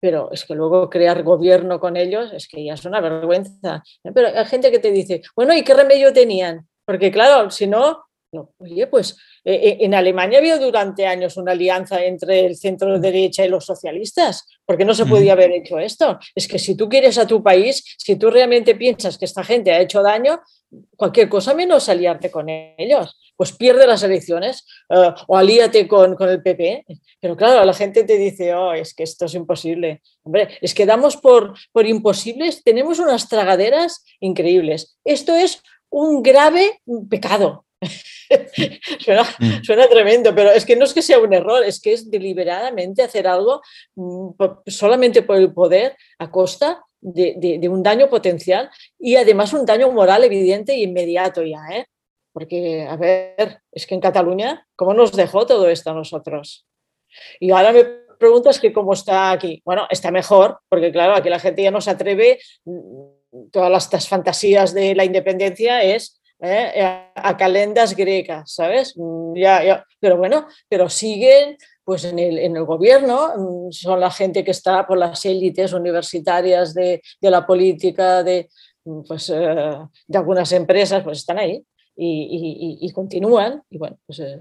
pero es que luego crear gobierno con ellos es que ya es una vergüenza. Pero hay gente que te dice, bueno, ¿y qué remedio tenían? Porque claro, si no, no oye, pues eh, en Alemania había durante años una alianza entre el centro derecha y los socialistas. ¿Por qué no se podía haber hecho esto? Es que si tú quieres a tu país, si tú realmente piensas que esta gente ha hecho daño, cualquier cosa menos aliarte con ellos. Pues pierde las elecciones uh, o alíate con, con el P P. Pero claro, la gente te dice, oh, es que esto es imposible. Hombre, es que damos por, por imposibles, tenemos unas tragaderas increíbles. Esto es un grave pecado. suena, suena tremendo, pero es que no es que sea un error, es que es deliberadamente hacer algo mm, solamente por el poder a costa de, de, de un daño potencial y además un daño moral evidente e inmediato ya, ¿eh? Porque, a ver, es que en Cataluña, ¿cómo nos dejó todo esto a nosotros? Y ahora me preguntas que cómo está aquí. Bueno, está mejor, porque claro, aquí la gente ya no se atreve, todas estas fantasías de la independencia es eh, a calendas grecas, ¿sabes? Ya, ya, pero bueno, pero siguen pues en el, en el gobierno, son la gente que está por las élites universitarias de, de la política, de, pues, eh, de algunas empresas, pues están ahí. Y, y, y continúan y bueno pues eh,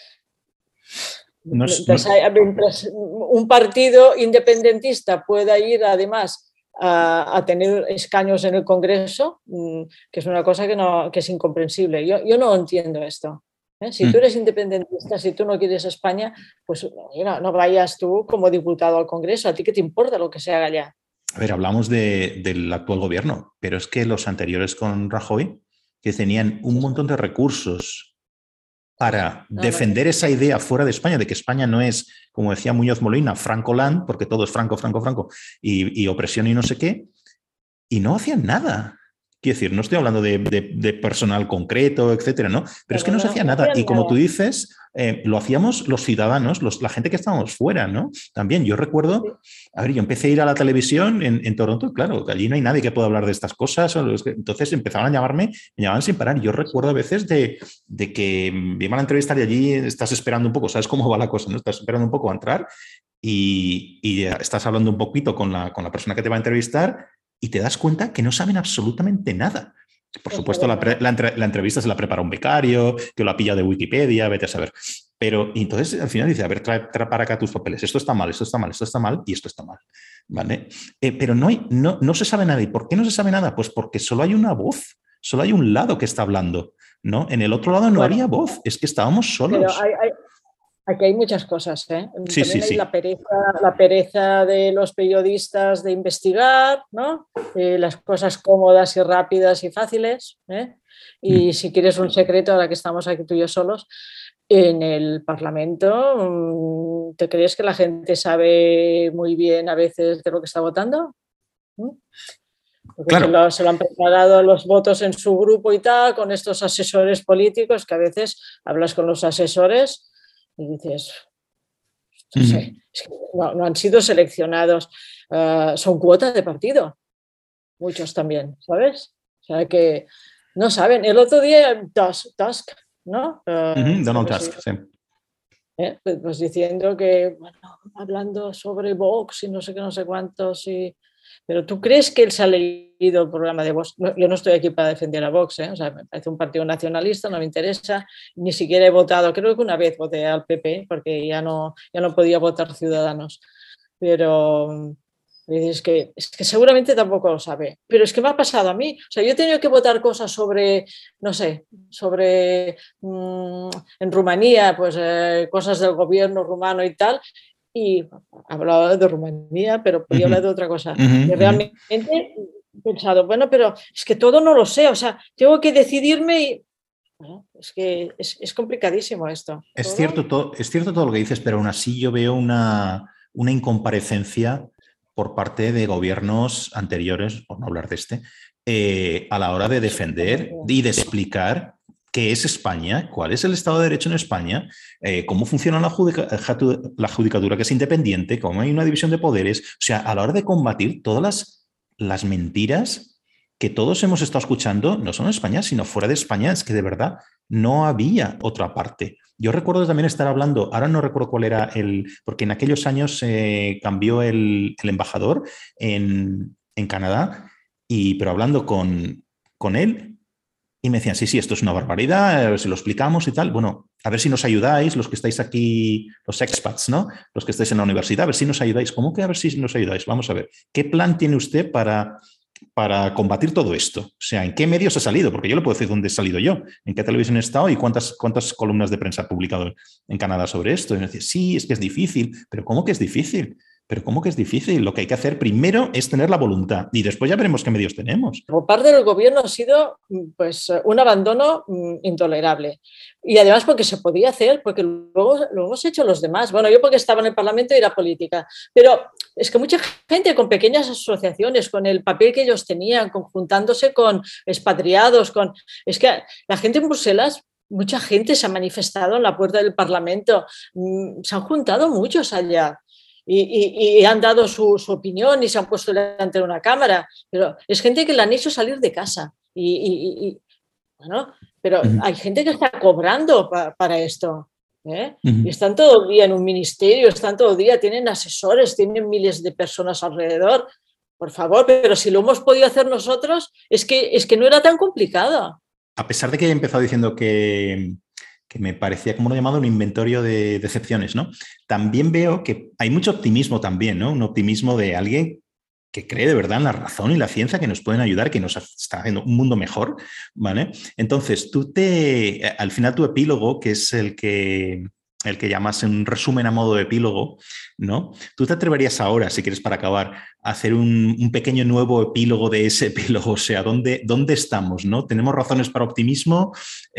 no es, mientras, no... hay, mientras un partido independentista pueda ir además a, a tener escaños en el Congreso, que es una cosa que, no, que es incomprensible. Yo, yo no entiendo esto, ¿eh? Si tú eres independentista, si tú no quieres España, pues no, no vayas tú como diputado al Congreso. ¿A ti qué te importa lo que se haga allá? A ver, hablamos de, del actual gobierno, pero es que los anteriores con Rajoy, que tenían un montón de recursos para no, defender no. esa idea fuera de España, de que España no es, como decía Muñoz Molina, Francoland, porque todo es franco, franco, franco, y, y opresión y no sé qué, y no hacían nada. Quiero decir, no estoy hablando de, de, de personal concreto, etcétera, ¿no? Pero, Pero es que no, no se hacía no nada. Y como nada. Tú dices, eh, lo hacíamos los ciudadanos, los, la gente que estábamos fuera, ¿no? También yo recuerdo, a ver, yo empecé a ir a la televisión en, en Toronto, claro, que allí no hay nadie que pueda hablar de estas cosas. Entonces empezaban a llamarme, me llamaban sin parar. Yo recuerdo a veces de, de que me iban a entrevistar y allí estás esperando un poco, ¿sabes cómo va la cosa? ¿No? Estás esperando un poco a entrar y, y estás hablando un poquito con la, con la persona que te va a entrevistar y te das cuenta que no saben absolutamente nada. Por supuesto, la, pre, la, entre, la entrevista se la prepara un becario, que lo ha pillado de Wikipedia, vete a saber. Pero y entonces al final dice, a ver, trae, trae para acá tus papeles. Esto está mal, esto está mal, esto está mal y esto está mal. ¿Vale? Eh, pero no, hay, no, no se sabe nada. ¿Y por qué no se sabe nada? Pues porque solo hay una voz, solo hay un lado que está hablando, ¿no? En el otro lado no bueno, había voz, es que estábamos solos. Pero hay, hay... Aquí hay muchas cosas, ¿eh? Sí, También sí, hay sí. La, pereza, la pereza de los periodistas de investigar, ¿no? Eh, las cosas cómodas y rápidas y fáciles, ¿eh? Y mm. si quieres un secreto, ahora que estamos aquí tú y yo solos, en el Parlamento, ¿te crees que la gente sabe muy bien a veces de lo que está votando? ¿Mm? Porque claro. se, lo, se lo han preparado los votos en su grupo y tal, con estos asesores políticos, que a veces hablas con los asesores y dices, no sé, es que no, no han sido seleccionados, uh, son cuotas de partido, muchos también, ¿sabes? O sea que no saben. El otro día, Tusk, Tusk ¿no? Uh, uh-huh, Donald Tusk, sí. ¿Eh? Pues, pues diciendo que, bueno, hablando sobre Vox y no sé qué, no sé cuántos, y... pero ¿tú crees que él se ha leído el programa de Vox? No, yo no estoy aquí para defender a Vox, ¿eh? O sea, me parece un partido nacionalista, no me interesa, ni siquiera he votado, creo que una vez voté al P P porque ya no, ya no podía votar Ciudadanos, pero es que, es que seguramente tampoco lo sabe, pero es que me ha pasado a mí, o sea, yo he tenido que votar cosas sobre, no sé, sobre mmm, en Rumanía, pues eh, cosas del gobierno rumano y tal, y hablaba de Rumanía, pero podía hablar de otra cosa. Uh-huh, y realmente uh-huh. he pensado, bueno, pero es que todo no lo sé, o sea, tengo que decidirme y... Bueno, es que es, es complicadísimo esto. Es cierto, todo, es cierto todo lo que dices, pero aún así yo veo una, una incomparecencia por parte de gobiernos anteriores, por no hablar de este, eh, a la hora de defender y de explicar qué es España, cuál es el Estado de Derecho en España, eh, cómo funciona la, judica, la judicatura, que es independiente, cómo hay una división de poderes. O sea, a la hora de combatir todas las, las mentiras que todos hemos estado escuchando, no solo en España, sino fuera de España, es que de verdad no había otra parte. Yo recuerdo también estar hablando, ahora no recuerdo cuál era el, porque en aquellos años eh, cambió el, el embajador en, en Canadá, y, pero hablando con, con él, y me decían, sí, sí, esto es una barbaridad, a ver si lo explicamos y tal. Bueno, a ver si nos ayudáis, los que estáis aquí, los expats, ¿no? Los que estáis en la universidad, a ver si nos ayudáis. ¿Cómo que a ver si nos ayudáis? Vamos a ver, ¿qué plan tiene usted para, para combatir todo esto? O sea, ¿en qué medios ha salido? Porque yo le puedo decir dónde he salido yo, en qué televisión he estado y cuántas, cuántas columnas de prensa he publicado en Canadá sobre esto. Y me decía, sí, es que es difícil. ¿Pero cómo que es difícil? Pero ¿cómo que es difícil? Lo que hay que hacer primero es tener la voluntad y después ya veremos qué medios tenemos. Por parte del gobierno ha sido pues, un abandono intolerable. Y además porque se podía hacer, porque luego lo hemos hecho los demás. Bueno, yo porque estaba en el Parlamento y era política. Pero es que mucha gente con pequeñas asociaciones, con el papel que ellos tenían, conjuntándose con expatriados, con... es que la gente en Bruselas... Mucha gente se ha manifestado en la puerta del Parlamento. Se han juntado muchos allá. Y, y, y han dado su, su opinión y se han puesto delante de una cámara, pero es gente que la han hecho salir de casa y, y, y bueno, pero uh-huh. hay gente que está cobrando pa, para esto, ¿eh? Uh-huh. Y están todo el día en un ministerio, están todo el día, tienen asesores, tienen miles de personas alrededor, por favor, pero si lo hemos podido hacer nosotros, es que, es que no era tan complicado. A pesar de que he empezado diciendo que... que me parecía, como lo he llamado, un inventario de decepciones, ¿no? También veo que hay mucho optimismo también, ¿no? Un optimismo de alguien que cree de verdad en la razón y la ciencia que nos pueden ayudar, que nos está haciendo un mundo mejor, ¿vale? Entonces, tú te... Al final tu epílogo, que es el que... el que llamas un resumen a modo de epílogo, ¿no? ¿Tú te atreverías ahora, si quieres para acabar, a hacer un, un pequeño nuevo epílogo de ese epílogo? O sea, ¿dónde, dónde estamos, no? ¿Tenemos razones para optimismo?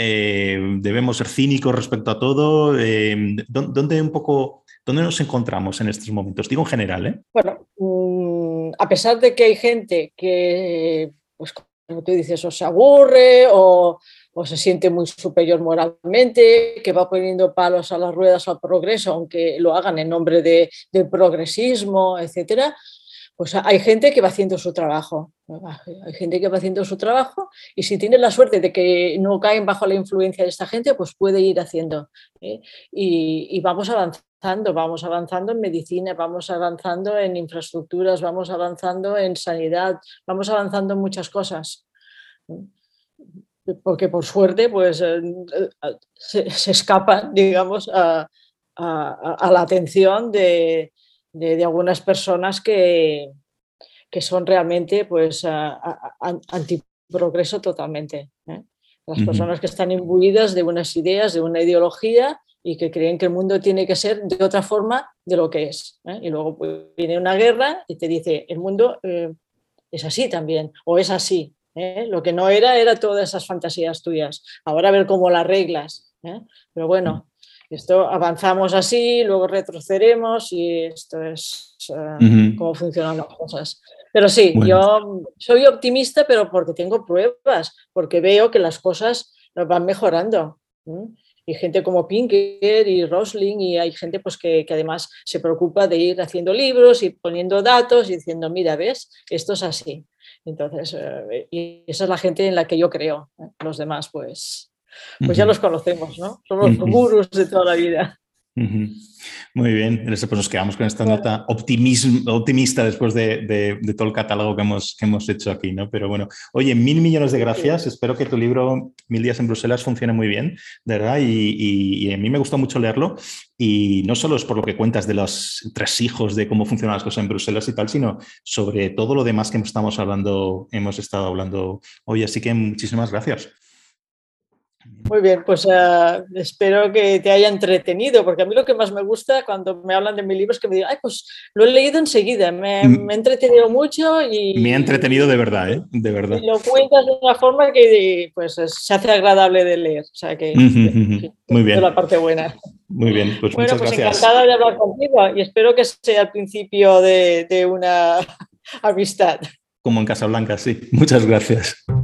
Eh, ¿Debemos ser cínicos respecto a todo? Eh, ¿Dónde un poco... ¿Dónde nos encontramos en estos momentos? Digo en general, ¿eh? Bueno, mmm, a pesar de que hay gente que, pues como tú dices, o se aburre o... o se siente muy superior moralmente, que va poniendo palos a las ruedas al progreso, aunque lo hagan en nombre de, del progresismo, etcétera, pues hay gente que va haciendo su trabajo. Hay gente que va haciendo su trabajo y si tiene la suerte de que no caen bajo la influencia de esta gente, pues puede ir haciendo. ¿eh? Y, y vamos avanzando, vamos avanzando en medicina, vamos avanzando en infraestructuras, vamos avanzando en sanidad, vamos avanzando en muchas cosas. Porque por suerte pues, eh, se, se escapan, digamos, a, a, a la atención de, de, de algunas personas que, que son realmente pues, a, a, a, antiprogreso totalmente. ¿eh? Las uh-huh. personas que están imbuidas de unas ideas, de una ideología y que creen que el mundo tiene que ser de otra forma de lo que es. ¿eh? Y luego pues, viene una guerra y te dice, el mundo eh, es así también, o es así. ¿Eh? Lo que no era, era todas esas fantasías tuyas. Ahora a ver cómo las reglas. ¿eh? Pero bueno, esto avanzamos así, luego retrocederemos y esto es uh, uh-huh. cómo funcionan las cosas. Pero sí, bueno. yo soy optimista, pero porque tengo pruebas, porque veo que las cosas van mejorando. ¿eh? Y gente como Pinker y Rosling y hay gente pues, que, que además se preocupa de ir haciendo libros y poniendo datos y diciendo, mira, ¿ves? Esto es así. Entonces, eh, y esa es la gente en la que yo creo. ¿eh? Los demás, pues, pues uh-huh. ya los conocemos, ¿no? Son los uh-huh. gurús de toda la vida. Uh-huh. Muy bien, pues nos quedamos con esta nota optimismo, optimista después de, de, de todo el catálogo que hemos, que hemos hecho aquí, ¿no? Pero bueno, oye, mil millones de gracias. Sí. Espero que tu libro Mil días en Bruselas funcione muy bien, de verdad, y, y, y a mí me gustó mucho leerlo. Y no solo es por lo que cuentas de los tres hijos, de cómo funcionan las cosas en Bruselas y tal, sino sobre todo lo demás que estamos hablando, hemos estado hablando hoy. Así que muchísimas gracias. Muy bien, pues uh, espero que te haya entretenido, porque a mí lo que más me gusta cuando me hablan de mi libro es que me digan, ay, pues lo he leído enseguida, me, me he entretenido mucho y... Me ha entretenido de verdad, ¿eh? De verdad. Y lo cuentas de una forma que pues, se hace agradable de leer, o sea que... Uh-huh. que Muy bien. Es la parte buena. Muy bien, pues bueno, muchas pues gracias. Encantada de hablar contigo y espero que sea el principio de, de una amistad. Como en Casablanca, sí. Muchas gracias.